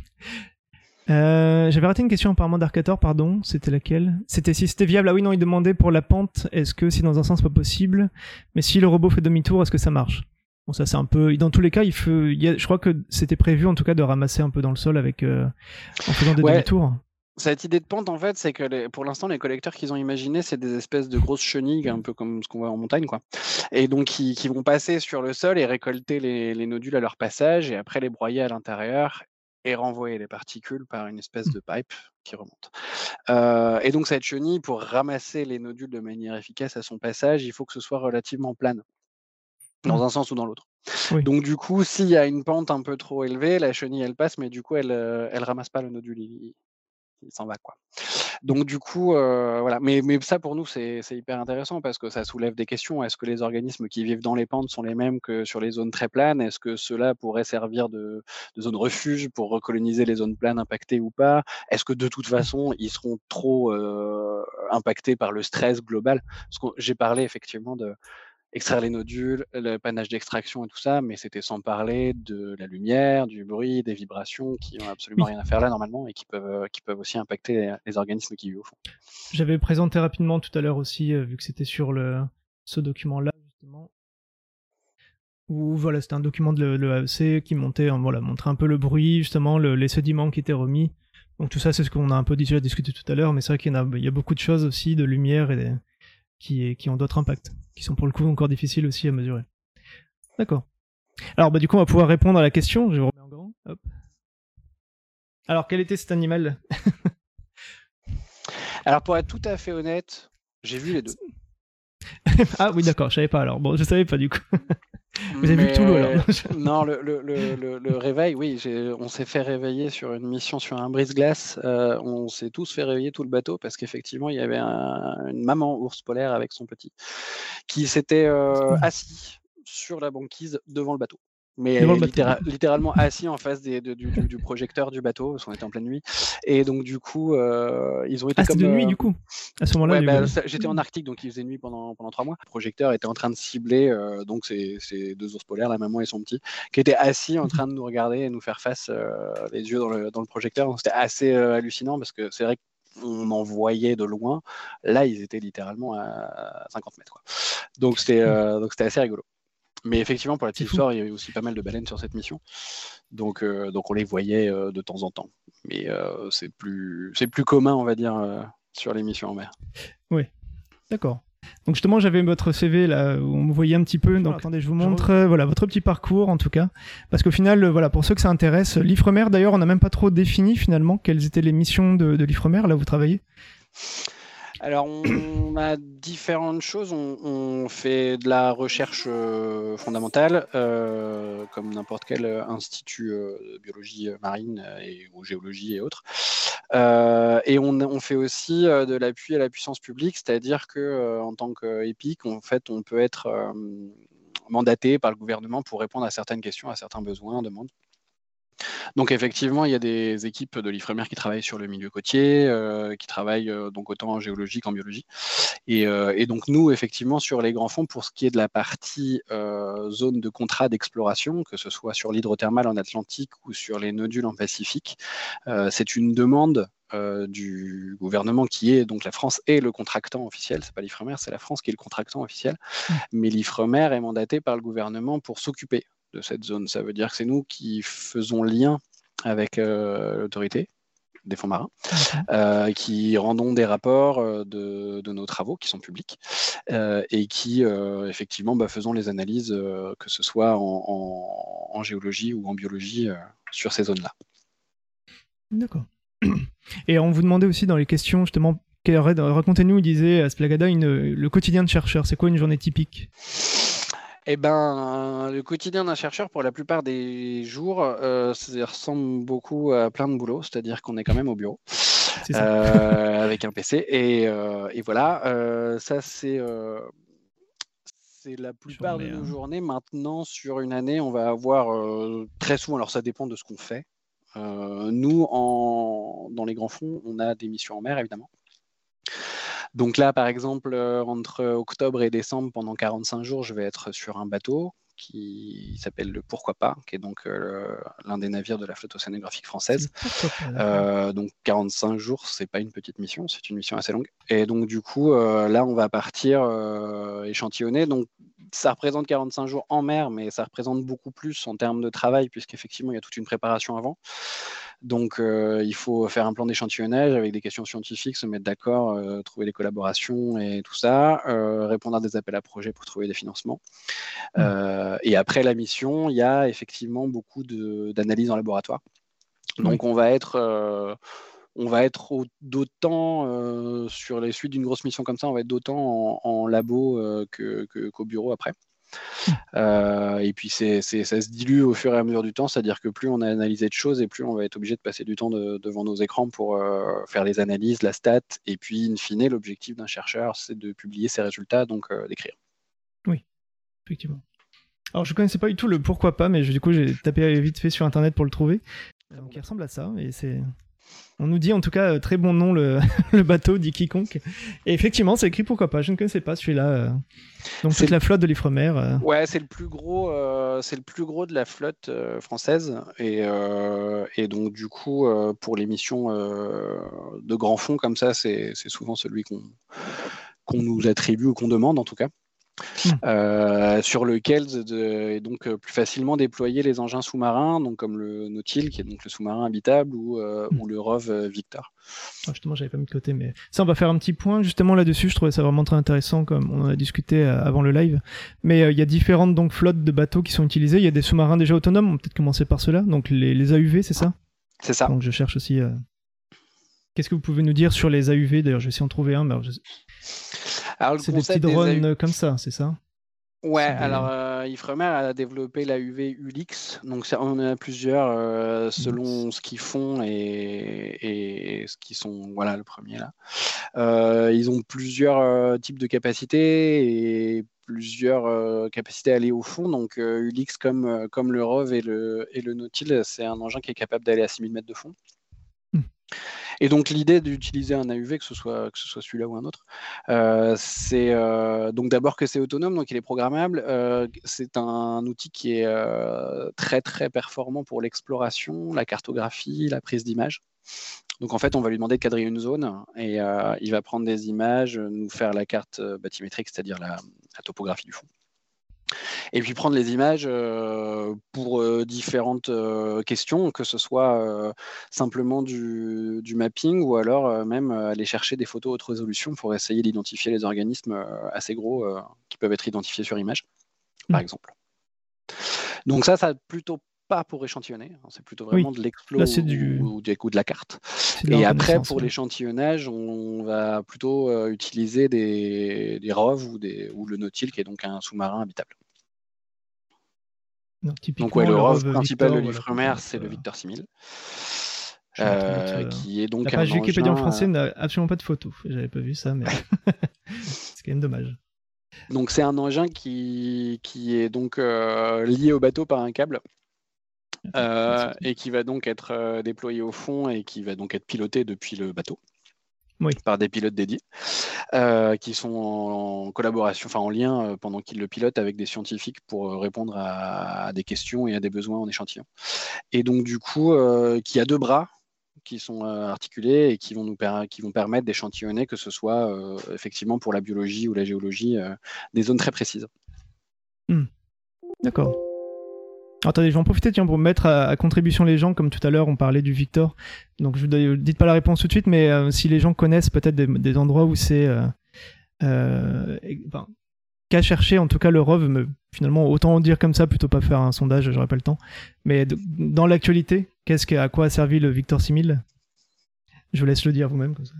Euh, j'avais raté une question apparemment d'Arcator, pardon, c'était laquelle? C'était si c'était viable. Ah oui, non, il demandait pour la pente, est-ce que si dans un sens pas possible, mais si le robot fait demi-tour, est-ce que ça marche? Bon, ça c'est un peu... Dans tous les cas, il faut... il y a... je crois que c'était prévu en tout cas de ramasser un peu dans le sol avec euh... en faisant des ouais. demi-tours. Cette idée de pente, en fait, c'est que les, pour l'instant, les collecteurs qu'ils ont imaginés, c'est des espèces de grosses chenilles, un peu comme ce qu'on voit en montagne, quoi. Et donc, qui, qui vont passer sur le sol et récolter les, les nodules à leur passage, et après les broyer à l'intérieur et renvoyer les particules par une espèce de pipe qui remonte. Euh, et donc, cette chenille, pour ramasser les nodules de manière efficace à son passage, il faut que ce soit relativement plane, dans un sens ou dans l'autre. Oui. Donc, du coup, s'il y a une pente un peu trop élevée, la chenille, elle passe, mais du coup, elle elle ramasse pas le nodule. Il, il s'en va, quoi. Donc du coup, euh, voilà. Mais, mais ça pour nous c'est hyper intéressant parce que ça soulève des questions. Est-ce que les organismes qui vivent dans les pentes sont les mêmes que sur les zones très planes? Est-ce que cela pourrait servir de, de zone refuge pour recoloniser les zones planes impactées ou pas? Est-ce que de toute façon ils seront trop euh, impactés par le stress global? Parce que j'ai parlé effectivement de extraire les nodules, le panache d'extraction et tout ça, mais c'était sans parler de la lumière, du bruit, des vibrations qui n'ont absolument oui. rien à faire là normalement et qui peuvent, qui peuvent aussi impacter les, les organismes qui vivent au fond. J'avais présenté rapidement tout à l'heure aussi, euh, vu que c'était sur le, ce document-là justement, où voilà, c'était un document de l'E A E C qui montait, voilà, montrait un peu le bruit, justement, le, les sédiments qui étaient remis. Donc tout ça, c'est ce qu'on a un peu déjà discuté tout à l'heure, mais c'est vrai qu'il y, a, il y a beaucoup de choses aussi, de lumière et des... Qui, qui ont d'autres impacts, qui sont pour le coup encore difficiles aussi à mesurer. D'accord. Alors bah du coup on va pouvoir répondre à la question, je vous remets en grand. Hop. Alors quel était cet animal? Alors pour être tout à fait honnête, j'ai vu les deux. Ah oui d'accord, je savais pas alors, bon je savais pas du coup. Vous avez Mais... vu Cthulhu alors? Non, le, le, le, le, le réveil, oui, on s'est fait réveiller sur une mission sur un brise-glace. Euh, on s'est tous fait réveiller tout le bateau parce qu'effectivement, il y avait un, une maman ours polaire avec son petit qui s'était euh, assis sur la banquise devant le bateau. Mais littéra littéralement assis en face des, de, du, du projecteur du bateau, parce qu'on était en pleine nuit. Et donc, du coup, euh, ils ont été ah, comme... de nuit, euh... du coup à ce moment-là ouais, bah, j'étais en Arctique, donc il faisait nuit pendant, pendant trois mois. Le projecteur était en train de cibler euh, donc ces, ces deux ours polaires, la maman et son petit, qui étaient assis en train de nous regarder et nous faire face euh, les yeux dans le, dans le projecteur. C'était assez euh, hallucinant, parce que c'est vrai qu'on en voyait de loin. Là, ils étaient littéralement à cinquante mètres, quoi. Donc, c'était euh, donc c'était assez rigolo. Mais effectivement, pour la petite histoire, il y avait aussi pas mal de baleines sur cette mission. Donc, euh, donc on les voyait euh, de temps en temps. Mais euh, c'est plus, c'est plus commun, on va dire, euh, sur les missions en mer. Oui, d'accord. Donc justement, j'avais votre C V là où on me voyait un petit peu. Donc voilà, attendez, je vous montre euh, voilà, votre petit parcours en tout cas. Parce qu'au final, euh, voilà, pour ceux que ça intéresse, l'Ifremer, d'ailleurs, on n'a même pas trop défini finalement quelles étaient les missions de, de l'Ifremer, là où vous travaillez. Alors, on a différentes choses. On, on fait de la recherche euh, fondamentale, euh, comme n'importe quel institut euh, de biologie marine euh, et, ou géologie et autres. Euh, et on, on fait aussi euh, de l'appui à la puissance publique, c'est-à-dire que euh, en tant qu'EPIC, en fait, on peut être euh, mandaté par le gouvernement pour répondre à certaines questions, à certains besoins, demandes. Donc effectivement, il y a des équipes de l'Ifremer qui travaillent sur le milieu côtier, euh, qui travaillent euh, donc autant en géologie qu'en biologie. Et, euh, et, donc nous, effectivement, sur les grands fonds, pour ce qui est de la partie euh, zone de contrat d'exploration, que ce soit sur l'hydrothermal en Atlantique ou sur les nodules en Pacifique, euh, c'est une demande euh, du gouvernement qui est, donc la France est le contractant officiel, c'est pas l'Ifremer, c'est la France qui est le contractant officiel, mmh. mais l'Ifremer est mandaté par le gouvernement pour s'occuper de cette zone. Ça veut dire que c'est nous qui faisons lien avec euh, l'autorité des fonds marins, euh, qui rendons des rapports euh, de, de nos travaux qui sont publics euh, et qui euh, effectivement bah, faisons les analyses, euh, que ce soit en, en, en géologie ou en biologie euh, sur ces zones-là. D'accord. Et on vous demandait aussi dans les questions justement, racontez-nous, il disait à Splagada, une, le quotidien de chercheur, c'est quoi une journée typique ? Eh ben, le quotidien d'un chercheur, pour la plupart des jours, euh, ça ressemble beaucoup à plein de boulot, c'est-à-dire qu'on est quand même au bureau euh, avec un P C. Et, euh, et voilà, euh, ça c'est, euh, c'est la plupart journée, de nos hein. journées. Maintenant, sur une année, on va avoir euh, très souvent, alors ça dépend de ce qu'on fait. Euh, nous, en, dans les grands fonds, on a des missions en mer, évidemment. Donc là, par exemple, euh, entre octobre et décembre, pendant quarante-cinq jours, je vais être sur un bateau qui s'appelle le Pourquoi pas, qui est donc euh, l'un des navires de la flotte océanographique française. Euh, donc quarante-cinq jours, c'est pas une petite mission, c'est une mission assez longue. Et donc du coup, euh, là, on va partir euh, échantillonner. Donc ça représente quarante-cinq jours en mer, mais ça représente beaucoup plus en termes de travail, puisqu'effectivement, il y a toute une préparation avant. Donc, euh, il faut faire un plan d'échantillonnage avec des questions scientifiques, se mettre d'accord, euh, trouver des collaborations et tout ça, euh, répondre à des appels à projets pour trouver des financements. Mmh. Euh, et après la mission, il y a effectivement beaucoup d'analyses en laboratoire. Donc, oui. on va être... Euh, on va être d'autant, euh, sur les suites d'une grosse mission comme ça, on va être d'autant en, en labo euh, que, que, qu'au bureau après. Euh, et puis c'est, c'est, ça se dilue au fur et à mesure du temps, c'est-à-dire que plus on a analysé de choses et plus on va être obligé de passer du temps de, devant nos écrans pour euh, faire les analyses, la stat, et puis in fine, l'objectif d'un chercheur, c'est de publier ses résultats, donc euh, d'écrire. Oui, effectivement. Alors je connaissais pas du tout le pourquoi pas, mais du coup j'ai tapé vite fait sur internet pour le trouver. Donc il ressemble à ça, et c'est... On nous dit en tout cas très bon nom le, le bateau, dit quiconque. Et effectivement, c'est écrit pourquoi pas. Je ne connaissais pas celui-là. Euh... Donc c'est toute la flotte de l'Ifremer. Euh... Ouais, c'est le plus gros, euh, c'est le plus gros de la flotte euh, française. Et, euh, et donc du coup, euh, pour les missions euh, de grands fonds comme ça, c'est, c'est souvent celui qu'on qu'on nous attribue ou qu'on demande en tout cas. Mmh. Euh, sur lequel de, est donc plus facilement déployer les engins sous-marins, donc comme le Nautil, qui est donc le sous-marin habitable, ou, euh, mmh. ou le R O V Victor. Ah, justement, j'avais pas mis de côté, mais ça, on va faire un petit point justement là-dessus. Je trouvais ça vraiment très intéressant, comme on en a discuté avant le live. Mais il euh, y a différentes donc flottes de bateaux qui sont utilisées. Il y a des sous-marins déjà autonomes. On va peut-être commencer par ceux-là. Donc les, les A U V, c'est ça ? C'est ça. Donc je cherche aussi. Euh... Qu'est-ce que vous pouvez nous dire sur les A U V ? D'ailleurs, je vais essayer d'en trouver un. Mais alors, je... alors, c'est des petits drones des A U... comme ça, c'est ça ? Ouais, des... alors euh, Ifremer a développé l'A U V Ulix, donc ça, on en a plusieurs euh, selon Ulix. Ce qu'ils font et, et ce qu'ils sont. Voilà, le premier là. Euh, ils ont plusieurs euh, types de capacités et plusieurs euh, capacités à aller au fond. Donc euh, Ulix, comme, euh, comme le R O V et le, et le Nautil, c'est un engin qui est capable d'aller à six mille mètres de fond. Mm. Et donc l'idée d'utiliser un A U V, que ce soit, que ce soit celui-là ou un autre, euh, c'est euh, donc d'abord que c'est autonome, donc il est programmable. Euh, c'est un outil qui est euh, très très performant pour l'exploration, la cartographie, la prise d'images. Donc en fait, on va lui demander de quadriller une zone et euh, il va prendre des images, nous faire la carte bathymétrique, c'est-à-dire la, la topographie du fond. Et puis prendre les images euh, pour euh, différentes euh, questions, que ce soit euh, simplement du, du mapping ou alors euh, même aller chercher des photos haute résolution pour essayer d'identifier les organismes euh, assez gros euh, qui peuvent être identifiés sur image, par mmh. exemple. Donc ça, ça a plutôt pas pour échantillonner, c'est plutôt vraiment oui. de l'explo ou, du... ou, du... ou de la carte. De et après, pour ouais. l'échantillonnage, on va plutôt euh, utiliser des, des R O V ou, des... ou le Nautil, qui est donc un sous-marin habitable. Non, donc ouais, le, le R O V principal Victor, de l'Ifremer, voilà, c'est euh... le Victor six mille. Euh, euh, qui est donc la page un Wikipédia engin... en français n'a absolument pas de photo. J'avais pas vu ça, mais c'est quand même dommage. Donc c'est un engin qui, qui est donc euh, lié au bateau par un câble euh, et qui va donc être euh, déployé au fond et qui va donc être piloté depuis le bateau oui. par des pilotes dédiés euh, qui sont en, en collaboration, enfin en lien euh, pendant qu'ils le pilotent avec des scientifiques pour euh, répondre à, à des questions et à des besoins en échantillon. Et donc du coup, euh, qui a deux bras qui sont euh, articulés et qui vont nous per- qui vont permettre d'échantillonner, que ce soit euh, effectivement pour la biologie ou la géologie, euh, des zones très précises. Mmh. D'accord. Attendez, je vais en profiter tiens, pour mettre à, à contribution les gens, comme tout à l'heure on parlait du Victor. Donc je ne dites pas la réponse tout de suite, mais euh, si les gens connaissent peut-être des, des endroits où c'est euh, euh, enfin, qu'à chercher, en tout cas le R O V, me, finalement autant en dire comme ça, plutôt pas faire un sondage, j'aurais pas le temps. Mais de, dans l'actualité, qu'est-ce que, à quoi a servi le Victor six mille ? Je vous laisse le dire vous-même comme ça.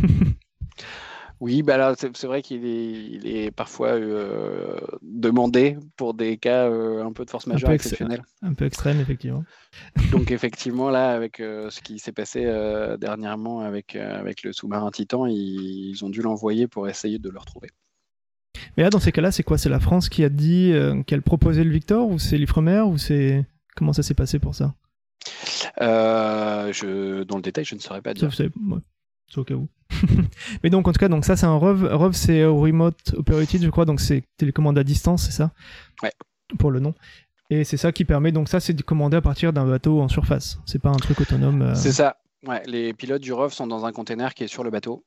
Oui, bah là, c'est, c'est vrai qu'il est, il est parfois euh, demandé pour des cas euh, un peu de force majeure ex- exceptionnelle. Un peu extrême, effectivement. Donc effectivement, là, avec euh, ce qui s'est passé euh, dernièrement avec, euh, avec le sous-marin Titan, ils, ils ont dû l'envoyer pour essayer de le retrouver. Mais là, dans ces cas-là, c'est quoi ? C'est la France qui a dit euh, qu'elle proposait le Victor, ou c'est l'Ifremer, ou c'est... Comment ça s'est passé pour ça ? euh, je... Dans le détail, je ne saurais pas dire. Ça, c'est... Ouais. C'est au cas où. Mais donc, en tout cas, donc ça, c'est un R O V. R O V, c'est Remote Operated, je crois, donc c'est télécommande à distance, c'est ça ? Ouais. Pour le nom. Et c'est ça qui permet, donc ça, c'est de commander à partir d'un bateau en surface. C'est pas un truc autonome. Euh... C'est ça. Ouais, les pilotes du R O V sont dans un container qui est sur le bateau.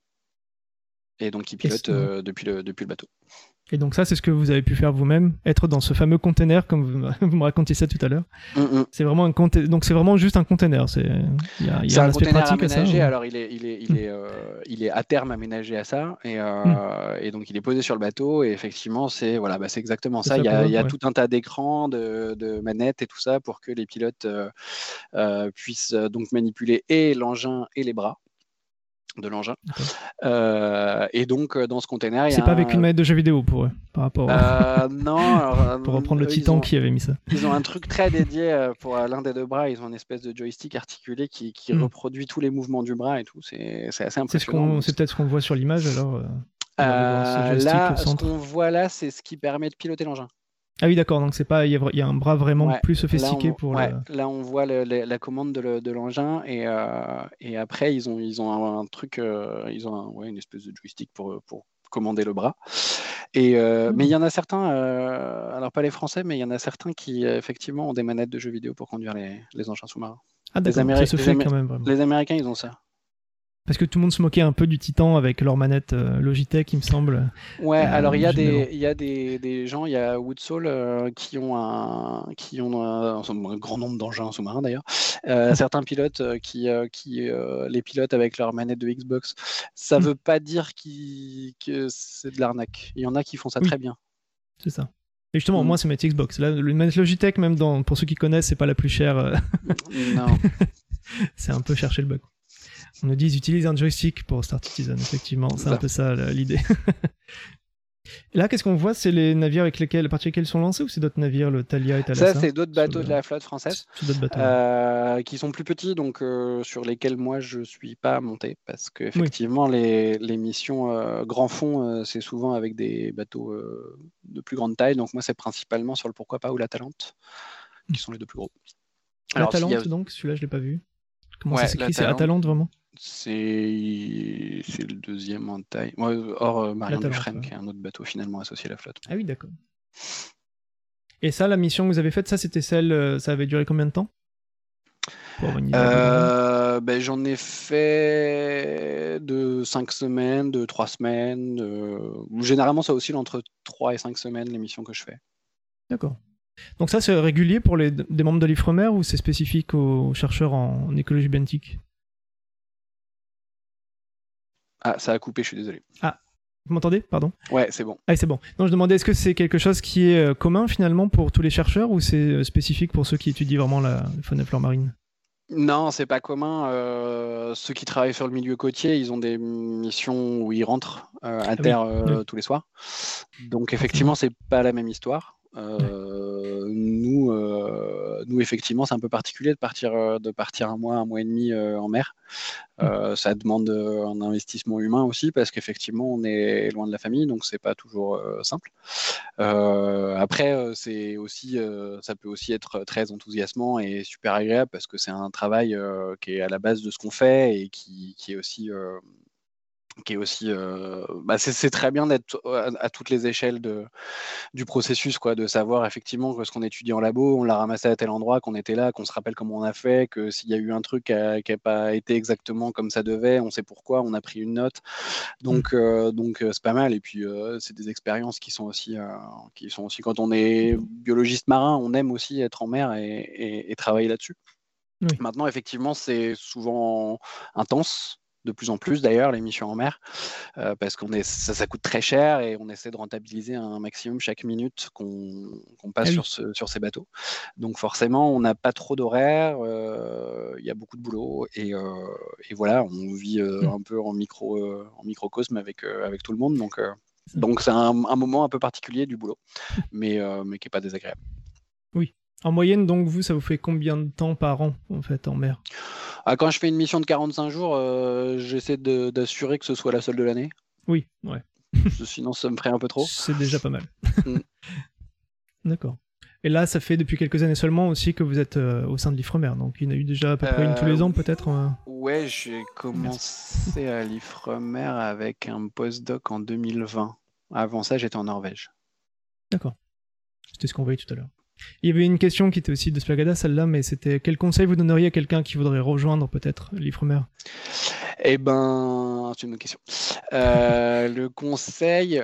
Et donc, ils pilotent euh, depuis, le, depuis le bateau. Et donc ça, c'est ce que vous avez pu faire vous-même, être dans ce fameux container, comme vous, vous me racontiez ça tout à l'heure. Mm-hmm. C'est vraiment un container, donc c'est vraiment juste un container. C'est, il y a, il y a c'est un, un aspect container pratique aménagé. À ça, alors il est, il est, il mm. est, euh, il est à terme aménagé à ça, et, euh, mm. et donc il est posé sur le bateau. Et effectivement, c'est voilà, bah, c'est exactement c'est ça. ça. Il y a, il y a ouais. tout un tas d'écrans, de, de manettes et tout ça pour que les pilotes euh, euh, puissent donc manipuler et l'engin et les bras de l'engin. Euh, et donc, dans ce container, il y a c'est pas un... avec une manette de jeu vidéo pour eux, par rapport à... Euh, non, alors, pour reprendre le Titan ont... qui avait mis ça. Ils ont un truc très dédié pour l'un des deux bras. Ils ont une espèce de joystick articulé qui, qui mm. reproduit tous les mouvements du bras et tout. C'est, c'est assez impressionnant. C'est, ce qu'on... c'est peut-être ce qu'on voit sur l'image, alors. Euh, euh, là, ce qu'on voit là, c'est ce qui permet de piloter l'engin. Ah oui, d'accord, donc c'est pas, il y, y a un bras vraiment ouais, plus sophistiqué on, pour ouais, le... Là, on voit le, le, la commande de, le, de l'engin et, euh, et après, ils ont, ils ont un, un truc, euh, ils ont un, ouais, une espèce de joystick pour, pour commander le bras. Et, euh, mmh. Mais il y en a certains, euh, alors pas les Français, mais il y en a certains qui, effectivement, ont des manettes de jeux vidéo pour conduire les, les engins sous-marins. Ah d'accord, les Améri- ça se fait les Amé- quand même vraiment. Les Américains, ils ont ça. Parce que tout le monde se moquait un peu du Titan avec leur manette euh, Logitech, il me semble. Ouais, euh, alors il y a, des, y a des, des gens, il y a Woodsole euh, qui ont, un, qui ont un, un grand nombre d'engins sous-marins d'ailleurs. Euh, certains pilotes euh, qui, euh, qui euh, les pilotent avec leur manette de Xbox. Ça ne mm. veut pas dire que c'est de l'arnaque. Il y en a qui font ça oui. très bien. C'est ça. Et justement, mm. moi, c'est ma Xbox. Là, le manette Logitech, même dans, pour ceux qui connaissent, c'est pas la plus chère. Euh... non. C'est un peu chercher le bug. On nous dit ils utilisent un joystick pour Star Citizen, effectivement, c'est, c'est un peu ça l'idée. Et là, qu'est-ce qu'on voit ? C'est les navires avec lesquels, à partir desquels ils sont lancés ou c'est d'autres navires, le Thalia et Thalassa ? Ça, c'est d'autres bateaux de la flotte française c'est d'autres bateaux, euh, qui sont plus petits, donc euh, sur lesquels moi je suis pas monté parce que effectivement oui. les, les missions euh, grand fond, euh, c'est souvent avec des bateaux euh, de plus grande taille. Donc moi, c'est principalement sur le Pourquoi pas ou la Talente, qui sont les deux plus gros. La Alors, Talente, a... donc, celui-là, je l'ai pas vu. Comment ouais, ça s'écrit ? C'est Atalante vraiment ? C'est... c'est le deuxième en taille. Ouais, hors euh, Marion Dufresne, ouais. qui est un autre bateau finalement associé à la flotte. Ah oui, d'accord. Et ça, la mission que vous avez faite, ça c'était celle, ça avait duré combien de temps ? Pour euh, ben, j'en ai fait de cinq semaines, de trois semaines. De... Généralement, ça oscille entre trois et cinq semaines, les missions que je fais. D'accord. Donc ça, c'est régulier pour les, des membres de l'Ifremer ou c'est spécifique aux chercheurs en, en écologie bentique ? Ah, ça a coupé, je suis désolé. Ah, Vous m'entendez? Pardon. Ouais, c'est bon. Ah, c'est bon. Non, je demandais, est-ce que c'est quelque chose qui est euh, commun finalement pour tous les chercheurs ou c'est euh, spécifique pour ceux qui étudient vraiment la faune et flore marine? Non, c'est pas commun. Euh, ceux qui travaillent sur le milieu côtier, ils ont des missions où ils rentrent euh, à Ah oui, terre euh, oui. tous les soirs. Donc effectivement, c'est pas la même histoire. Euh, Ouais. nous, euh, nous, effectivement, c'est un peu particulier de partir, euh, de partir un mois, un mois et demi euh, en mer. Euh, ça demande euh, un investissement humain aussi parce qu'effectivement, on est loin de la famille, donc c'est pas toujours euh, simple. Euh, après, euh, c'est aussi, euh, ça peut aussi être très enthousiasmant et super agréable parce que c'est un travail euh, qui est à la base de ce qu'on fait et qui, qui est aussi euh, qui est aussi, euh, bah c'est, c'est très bien d'être à, à toutes les échelles de, du processus, quoi, de savoir effectivement que ce qu'on étudie en labo, on l'a ramassé à tel endroit, qu'on était là, qu'on se rappelle comment on a fait, que s'il y a eu un truc qui n'a pas été exactement comme ça devait, on sait pourquoi, on a pris une note. Donc, mm. euh, donc euh, c'est pas mal. Et puis, euh, c'est des expériences qui sont aussi, euh, qui sont aussi, quand on est biologiste marin, on aime aussi être en mer et, et, et travailler là-dessus. Oui. Maintenant, effectivement, c'est souvent intense. De plus en plus d'ailleurs les missions en mer euh, parce qu'on est ça, ça coûte très cher et on essaie de rentabiliser un maximum chaque minute qu'on, qu'on passe ah oui. sur, ce, sur ces bateaux. Donc forcément on n'a pas trop d'horaire, il euh, y a beaucoup de boulot et, euh, et voilà, on vit euh, mmh. un peu en, micro, euh, en microcosme avec, euh, avec tout le monde, donc, euh, donc c'est un, un moment un peu particulier du boulot, mais, euh, mais qui n'est pas désagréable. Oui. En moyenne, donc, vous, ça vous fait combien de temps par an, en fait, en mer? Ah, quand je fais une mission de quarante-cinq jours, euh, j'essaie de, d'assurer que ce soit la seule de l'année. Oui, ouais. Sinon, ça me ferait un peu trop. C'est déjà pas mal. mm. D'accord. Et là, ça fait depuis quelques années seulement aussi que vous êtes euh, au sein de l'Ifremer, donc il y en a eu déjà à peu près euh, une tous les ans, peut-être euh... Ouais, j'ai commencé Merci. à l'Ifremer avec un postdoc en deux mille vingt. Avant ça, j'étais en Norvège. D'accord. C'était ce qu'on voyait tout à l'heure. Il y avait une question qui était aussi de Splagada, celle-là, mais c'était quel conseil vous donneriez à quelqu'un qui voudrait rejoindre peut-être l'Ifremer? Eh ben, c'est une bonne question. Euh, le conseil,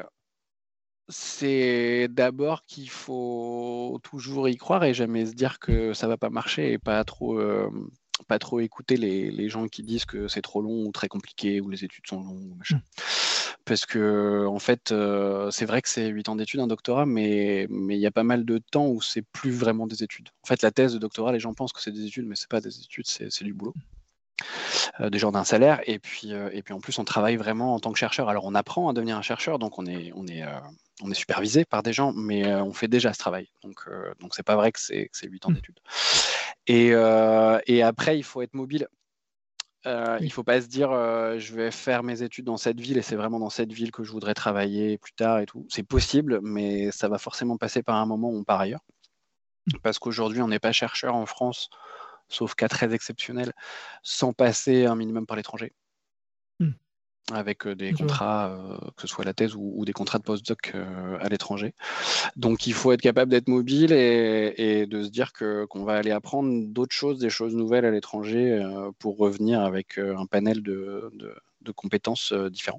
c'est d'abord qu'il faut toujours y croire et jamais se dire que ça va pas marcher et pas trop, euh, pas trop écouter les, les gens qui disent que c'est trop long ou très compliqué ou les études sont longues ou machin. Mmh. Parce que en fait, euh, c'est vrai que c'est huit ans d'études, un doctorat, mais mais il y a pas mal de temps où c'est plus vraiment des études. En fait, la thèse de doctorat, les gens pensent que c'est des études, mais c'est pas des études, c'est, c'est du boulot. Euh, déjà on a un salaire et puis euh, et puis en plus on travaille vraiment en tant que chercheur. Alors on apprend à devenir un chercheur, donc on est on est euh, on est supervisé par des gens, mais euh, on fait déjà ce travail. Donc euh, donc c'est pas vrai que c'est que c'est huit ans d'études. Et euh, et après il faut être mobile. Euh, oui. Il ne faut pas se dire euh, je vais faire mes études dans cette ville et c'est vraiment dans cette ville que je voudrais travailler plus tard et tout. C'est possible, mais ça va forcément passer par un moment où on part ailleurs. Parce qu'aujourd'hui, on n'est pas chercheur en France, sauf cas très exceptionnel, sans passer un minimum par l'étranger. Mm. Avec euh, des je contrats, euh, que ce soit la thèse ou, ou des contrats de postdoc euh, à l'étranger. Donc il faut être capable d'être mobile et, et de se dire que, qu'on va aller apprendre d'autres choses, des choses nouvelles à l'étranger euh, pour revenir avec euh, un panel de, de, de compétences euh, différents.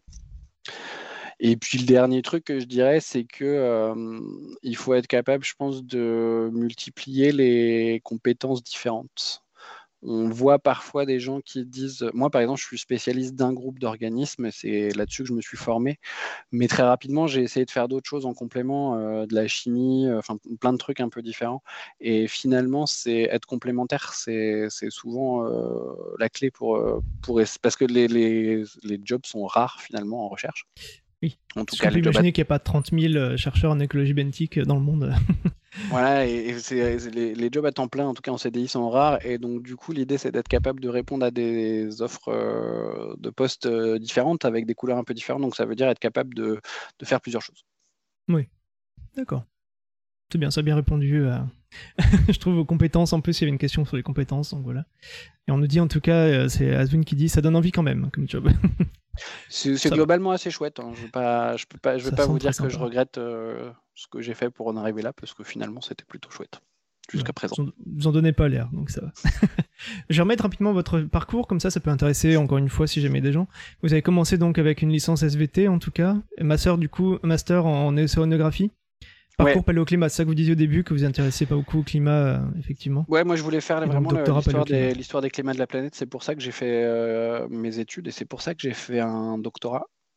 Et puis le dernier truc que je dirais, c'est que euh, il faut être capable, je pense, de multiplier les compétences différentes. On voit parfois des gens qui disent, moi par exemple je suis spécialiste d'un groupe d'organismes, c'est là-dessus que je me suis formé, mais très rapidement j'ai essayé de faire d'autres choses en complément, euh, de la chimie, euh, enfin plein de trucs un peu différents, et finalement c'est être complémentaire, c'est, c'est souvent euh, la clé pour, pour parce que les, les, les jobs sont rares finalement en recherche. Oui, en tout cas, les imaginer qu'il n'y a pas trente mille chercheurs en écologie benthique dans le monde. Voilà, et, et c'est, c'est les, les jobs à temps plein, en tout cas en C D I, sont rares. Et donc, du coup, l'idée, c'est d'être capable de répondre à des offres euh, de postes euh, différentes, avec des couleurs un peu différentes. Donc, ça veut dire être capable de, de faire plusieurs choses. Oui, d'accord. C'est bien, ça a bien répondu à... je trouve vos compétences. En plus, il y avait une question sur les compétences, donc voilà. Et on nous dit, en tout cas, c'est Aswin qui dit, ça donne envie quand même, comme job. C'est, c'est globalement assez chouette. Hein. Je ne vais pas, je peux pas, je vais pas vous dire que je regrette euh, ce que j'ai fait pour en arriver là, parce que finalement, c'était plutôt chouette jusqu'à ouais, présent. Vous en, vous en donnez pas l'air, donc ça va. Je vais remettre rapidement votre parcours, comme ça, ça peut intéresser encore une fois si jamais des gens. Vous avez commencé donc avec une licence S V T, en tout cas, master du coup, master en océanographie. Parcours ouais. Paléoclimat, c'est ça que vous disiez au début, que vous vous intéressez pas beaucoup au climat, euh, effectivement. Ouais, moi je voulais faire et vraiment le, l'histoire, des, l'histoire des climats de la planète, c'est pour ça que j'ai fait euh, mes études et c'est pour ça que j'ai fait un doctorat.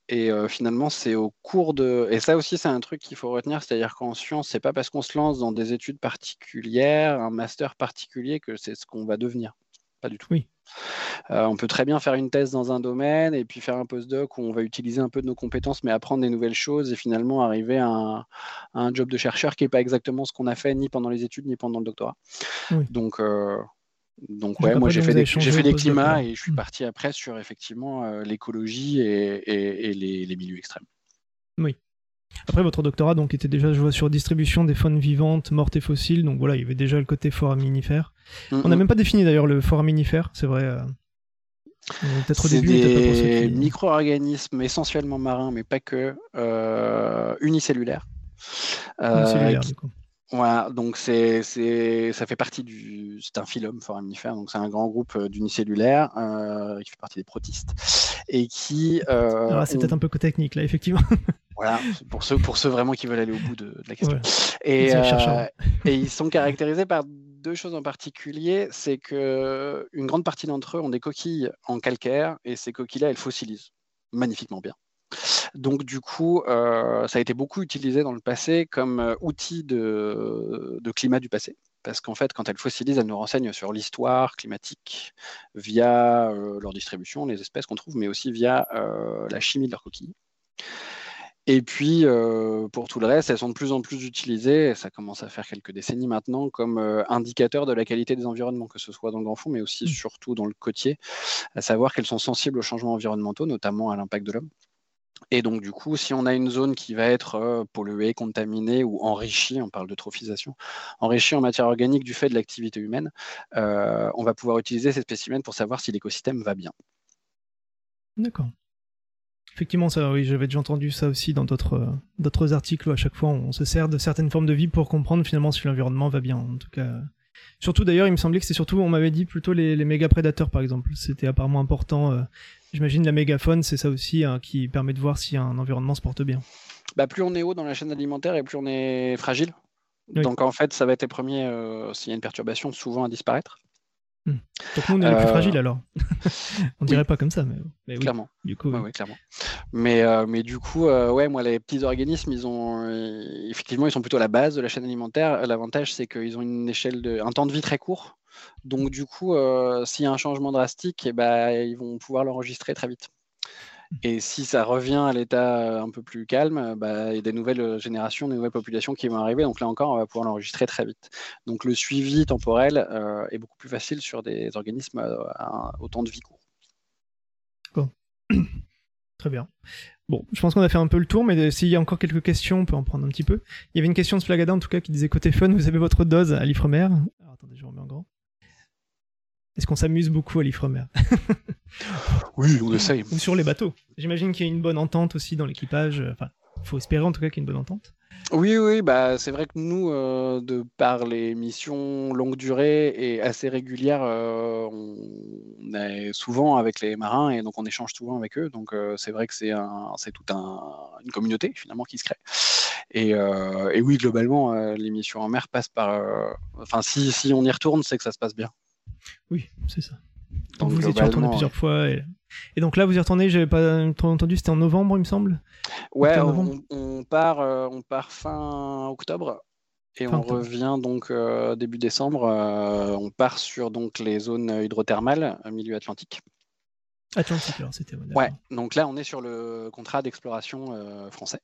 Et euh, finalement, c'est au cours de... Et ça aussi, c'est un truc qu'il faut retenir, c'est-à-dire qu'en sciences, c'est pas parce qu'on se lance dans des études particulières, un master particulier, que c'est ce qu'on va devenir. Pas du tout. Oui. Euh, on peut très bien faire une thèse dans un domaine et puis faire un postdoc où on va utiliser un peu de nos compétences, mais apprendre des nouvelles choses et finalement arriver à un, à un job de chercheur qui n'est pas exactement ce qu'on a fait ni pendant les études ni pendant le doctorat. Oui. Donc... Euh, Donc Donc ouais, moi après, j'ai donc, fait vous des, avez j'ai changé fait au des postdoc, climats alors. et je suis Hmm. parti après sur effectivement euh, l'écologie et, et- et les, les milieux extrêmes. Oui. Après, votre doctorat donc était déjà, je vois, sur distribution des faunes vivantes, mortes et fossiles. Donc voilà, il y avait déjà le côté foraminifère. Mm, On n'a mm. même pas défini d'ailleurs le foraminifère, c'est vrai. euh, euh, peut-être au C'est début, mais peut-être pas pour ceux des qui. micro-organismes essentiellement marins, mais pas que, euh, unicellulaires. Euh, Unicellulaires, qui- du coup. voilà, donc c'est, c'est, ça fait partie du, c'est un phylum foraminifère, donc c'est un grand groupe euh, d'unicellulaires euh, qui fait partie des protistes et qui euh, Alors, c'est ont peut-être un peu technique, là, effectivement. Voilà, pour ceux, pour ceux vraiment qui veulent aller au bout de, de la question. Ouais. Et, Ils cherchent euh, avant. et ils sont caractérisés par deux choses en particulier. C'est qu'une grande partie d'entre eux ont des coquilles en calcaire et ces coquilles-là, elles fossilisent magnifiquement bien. Donc du coup, euh, ça a été beaucoup utilisé dans le passé comme euh, outil de, de climat du passé. Parce qu'en fait, quand elles fossilisent, elles nous renseignent sur l'histoire climatique via euh, leur distribution, les espèces qu'on trouve, mais aussi via euh, la chimie de leurs coquilles. Et puis, euh, pour tout le reste, elles sont de plus en plus utilisées, et ça commence à faire quelques décennies maintenant, comme euh, indicateur de la qualité des environnements, que ce soit dans le grand fond, mais aussi Mm. surtout dans le côtier, à savoir qu'elles sont sensibles aux changements environnementaux, notamment à l'impact de l'homme. Et donc, du coup, si on a une zone qui va être euh, polluée, contaminée ou enrichie, on parle de trophisation, enrichie en matière organique du fait de l'activité humaine, euh, on va pouvoir utiliser ces spécimens pour savoir si l'écosystème va bien. D'accord. Effectivement, ça, oui, j'avais déjà entendu ça aussi dans d'autres, euh, d'autres articles où à chaque fois on se sert de certaines formes de vie pour comprendre finalement si l'environnement va bien. En tout cas, euh, surtout d'ailleurs, il me semblait que c'était surtout, on m'avait dit plutôt les, les méga prédateurs par exemple. C'était apparemment important. euh, J'imagine la mégafaune, c'est ça aussi hein, qui permet de voir si un environnement se porte bien. Bah, plus on est haut dans la chaîne alimentaire et plus on est fragile. Oui. Donc en fait, ça va être les premiers, euh, s'il y a une perturbation, souvent à disparaître. Hmm. Donc nous, on est les plus Euh, fragiles alors. On dirait oui, pas comme ça, mais, mais oui. clairement. Du coup, Ouais, oui. ouais, clairement. Mais, euh, mais du coup, euh, ouais, moi, les petits organismes, ils ont, euh, effectivement, ils sont plutôt à la base de la chaîne alimentaire. L'avantage, c'est qu'ils ont une échelle de, un temps de vie très court. Donc du coup, euh, s'il y a un changement drastique, eh ben, ils vont pouvoir l'enregistrer très vite. Et si ça revient à l'état un peu plus calme, bah, il y a des nouvelles générations, des nouvelles populations qui vont arriver. Donc là encore, on va pouvoir l'enregistrer très vite. Donc le suivi temporel euh, est beaucoup plus facile sur des organismes à, à autant de vie court. Bon. Très bien. Bon, je pense qu'on a fait un peu le tour, mais s'il y a encore quelques questions, on peut en prendre un petit peu. Il y avait une question de Splagada en tout cas qui disait côté fun, vous avez votre dose à l'Ifremer. Alors attendez, je remets en grand. Est-ce qu'on s'amuse beaucoup à l'Ifremer? Oui, on essaye. Ou sur les bateaux. J'imagine qu'il y a une bonne entente aussi dans l'équipage. Enfin, il faut espérer en tout cas qu'il y ait une bonne entente. Oui, oui, bah, c'est vrai que nous, euh, de par les missions longue durée et assez régulières, euh, on est souvent avec les marins et donc on échange souvent avec eux. Donc euh, c'est vrai que c'est un, c'est toute un, une communauté finalement qui se crée. Et, euh, et oui, globalement, euh, les missions en mer passent par. euh, Enfin, si, si on y retourne, c'est que ça se passe bien. Oui, c'est ça. Donc Vous y étiez retourné globalement, plusieurs ouais. fois. Et... et donc là, vous y retournez, j'avais pas trop entendu, c'était en novembre, il me semble. Ouais, Octobre-novembre. on, on part, euh, on part fin octobre et Fin on octobre. revient donc euh, début décembre. euh, on part sur donc les zones hydrothermales, euh, milieu Atlantique. Atlantique, alors c'était, ouais, Ouais, d'accord. donc là on est sur le contrat d'exploration euh, français.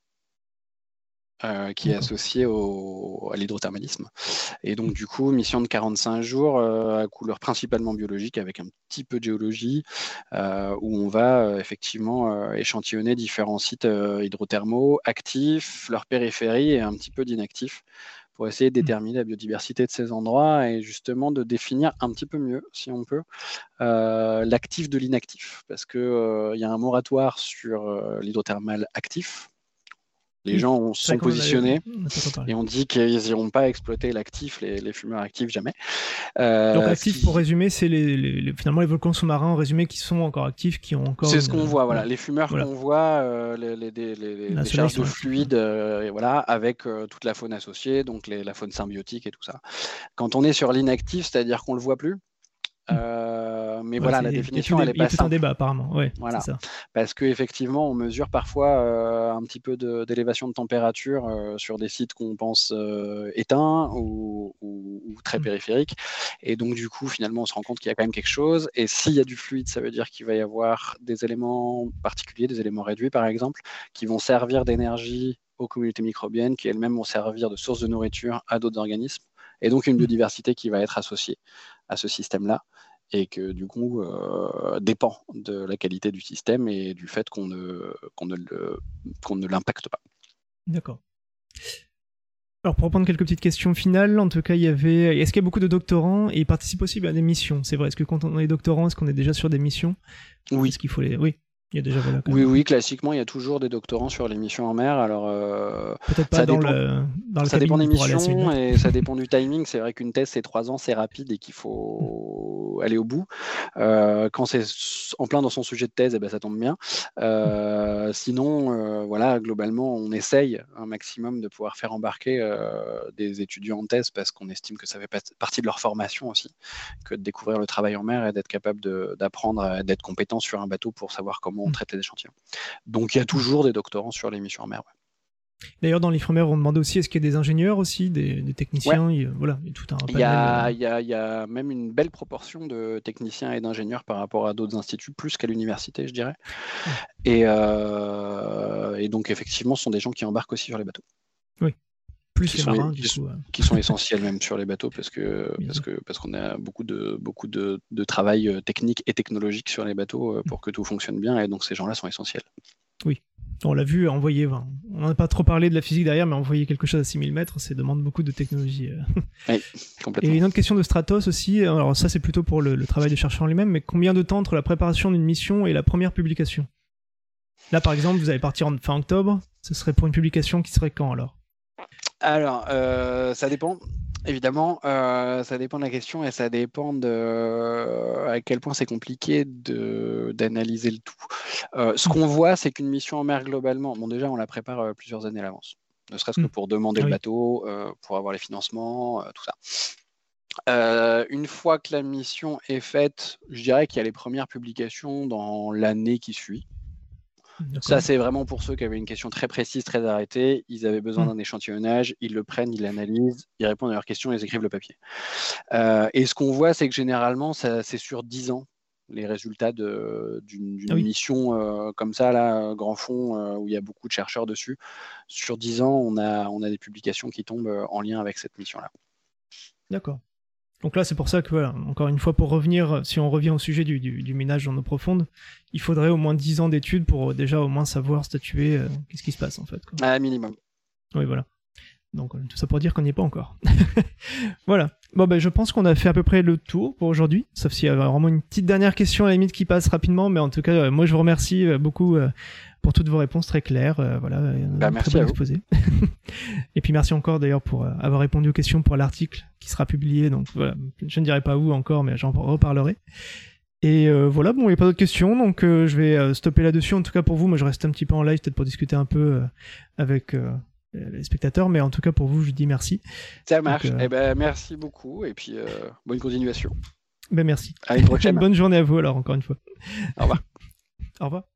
Euh, qui est D'accord. associé au, à l'hydrothermalisme. Et donc, du coup, mission de quarante-cinq jours euh, à couleur principalement biologique avec un petit peu de géologie, euh, où on va euh, effectivement euh, échantillonner différents sites euh, hydrothermaux actifs, leur périphérie et un petit peu d'inactifs pour essayer de déterminer la biodiversité de ces endroits et justement de définir un petit peu mieux, si on peut, euh, l'actif de l'inactif. Parce qu'il euh, y a un moratoire sur euh, l'hydrothermal actif. Les Oui, gens c'est vrai sont qu'on en avait, positionnés on a pas parlé. et on dit qu'ils n'iront pas exploiter l'actif, les, les fumeurs actifs, jamais. Donc Euh, ce actifs, pour qui... résumer, c'est les, les- les- finalement les volcans sous-marins, en résumé, qui sont encore actifs, qui ont encore C'est une... ce qu'on euh, voit, voilà. voilà. Les fumeurs Voilà. qu'on voit, euh, les, les, les, les Là, ceux-là, ils décharges de sont actifs. fluide, euh, et voilà, avec euh, toute la faune associée, donc les, la faune symbiotique et tout ça. Quand on est sur l'inactif, c'est-à-dire qu'on ne le voit plus, Mm. euh, mais Ouais, voilà, c'est- la il y a définition, tout elle des- est il y a pas tout un simple. débat apparemment. Ouais, Voilà. c'est ça. Parce qu'effectivement, on mesure parfois euh, un petit peu de- d'élévation de, température euh, sur des sites qu'on pense euh, éteints ou, ou- ou très Mm. périphériques. Et donc, du coup, finalement, on se rend compte qu'il y a quand même quelque chose. Et s'il y a du fluide, ça veut dire qu'il va y avoir des éléments particuliers, des éléments réduits, par exemple, qui vont servir d'énergie aux communautés microbiennes, qui elles-mêmes vont servir de source de nourriture à d'autres organismes. Et donc, une Mm. biodiversité qui va être associée à ce système-là et que du coup euh, dépend de la qualité du système et du fait qu'on ne, qu'on ne, le, qu'on ne l'impacte pas. D'accord. Alors pour reprendre quelques petites questions finales, en tout cas, il y avait. Est-ce qu'il y a beaucoup de doctorants et ils participent aussi à des missions? C'est vrai. Est-ce que quand on est doctorant, est-ce qu'on est déjà sur des missions? Oui. Est-ce qu'il faut les. Oui. Il y a déjà voilà. quand Oui, même. oui, classiquement, il y a toujours des doctorants sur les missions en mer. Alors, euh, Peut-être pas ça dans dépend. le dans le Ça dépend des cabine pour aller à six mille missions mètres. et ça dépend du timing. C'est vrai qu'une thèse, c'est trois ans, c'est rapide et qu'il faut aller au bout. Euh, quand c'est en plein dans son sujet de thèse, eh ben, ça tombe bien. Euh, sinon, euh, voilà, globalement, on essaye un maximum de pouvoir faire embarquer euh, des étudiants en thèse parce qu'on estime que ça fait partie de leur formation aussi, que de découvrir le travail en mer et d'être capable de, d'apprendre, d'être compétent sur un bateau pour savoir comment on traite les échantillons. Donc, il y a toujours des doctorants sur les missions en mer. Ouais. D'ailleurs, dans l'Ifremer, on demande aussi est-ce qu'il y a des ingénieurs aussi, des, des techniciens. Ouais. Il, voilà, il y a tout un panel. Il y, a, il, y a, il y a même une belle proportion de techniciens et d'ingénieurs par rapport à d'autres instituts, plus qu'à l'université, je dirais. Ouais. Et, euh, et donc, effectivement, ce sont des gens qui embarquent aussi sur les bateaux. Oui. Plus qui les sont, marins, qui, du sont, coup, ouais. qui sont essentiels même sur les bateaux parce que Bien parce sûr. que parce qu'on a beaucoup de beaucoup de, de travail technique et technologique sur les bateaux pour que tout fonctionne bien et donc ces gens-là sont essentiels. Oui. On l'a vu, envoyer, enfin, on n'a pas trop parlé de la physique derrière, mais envoyer quelque chose à six mille mètres, ça demande beaucoup de technologie. Oui, complètement. Et une autre question de Stratos aussi, alors ça c'est plutôt pour le, le travail de chercheur en lui-même, mais combien de temps entre la préparation d'une mission et la première publication? Là par exemple, vous allez partir en fin octobre, ce serait pour une publication qui serait quand alors? Alors, euh, ça dépend. Évidemment, euh, ça dépend de la question et ça dépend de euh, à quel point c'est compliqué de, d'analyser le tout. Euh, ce qu'on voit, c'est qu'une mission en mer globalement, bon déjà on la prépare euh, plusieurs années à l'avance, ne serait-ce que pour demander ah, le oui. bateau, euh, pour avoir les financements, euh, tout ça. Euh, une fois que la mission est faite, je dirais qu'il y a les premières publications dans l'année qui suit. D'accord. Ça, c'est vraiment pour ceux qui avaient une question très précise, très arrêtée. Ils avaient besoin mmh. d'un échantillonnage, ils le prennent, ils l'analysent, ils répondent à leurs questions et ils écrivent le papier. Euh, et ce qu'on voit, c'est que généralement, ça, c'est sur dix ans, les résultats de, d'une, d'une ah oui. mission euh, comme ça, là, grand fond, euh, où il y a beaucoup de chercheurs dessus. Sur dix ans, on a, on a des publications qui tombent en lien avec cette mission-là. D'accord. Donc là, c'est pour ça que, voilà, encore une fois, pour revenir, si on revient au sujet du, du, du minage en eau profonde, il faudrait au moins dix ans d'études pour euh, déjà au moins savoir statuer euh, qu'est-ce qui se passe en fait. Quoi. À minimum. Oui, voilà. Donc tout ça pour dire qu'on n'y est pas encore. Voilà. Bon, ben je pense qu'on a fait à peu près le tour pour aujourd'hui, sauf s'il y avait vraiment une petite dernière question à la limite qui passe rapidement, mais en tout cas, euh, moi je vous remercie euh, beaucoup euh, pour toutes vos réponses très claires. Euh, voilà, bah, merci très à bien exposé. Et puis merci encore d'ailleurs pour euh, avoir répondu aux questions pour l'article qui sera publié. Donc voilà, je ne dirai pas où encore, mais j'en reparlerai. Et euh, voilà, bon, il n'y a pas d'autres questions, donc euh, je vais euh, stopper là-dessus. En tout cas pour vous, moi je reste un petit peu en live peut-être pour discuter un peu euh, avec euh, les spectateurs, mais en tout cas pour vous, je dis merci. Ça marche. Donc, euh... eh ben merci beaucoup et puis euh, bonne continuation. Ben merci. À une prochaine. Bonne journée à vous alors encore une fois. Au revoir. Au revoir.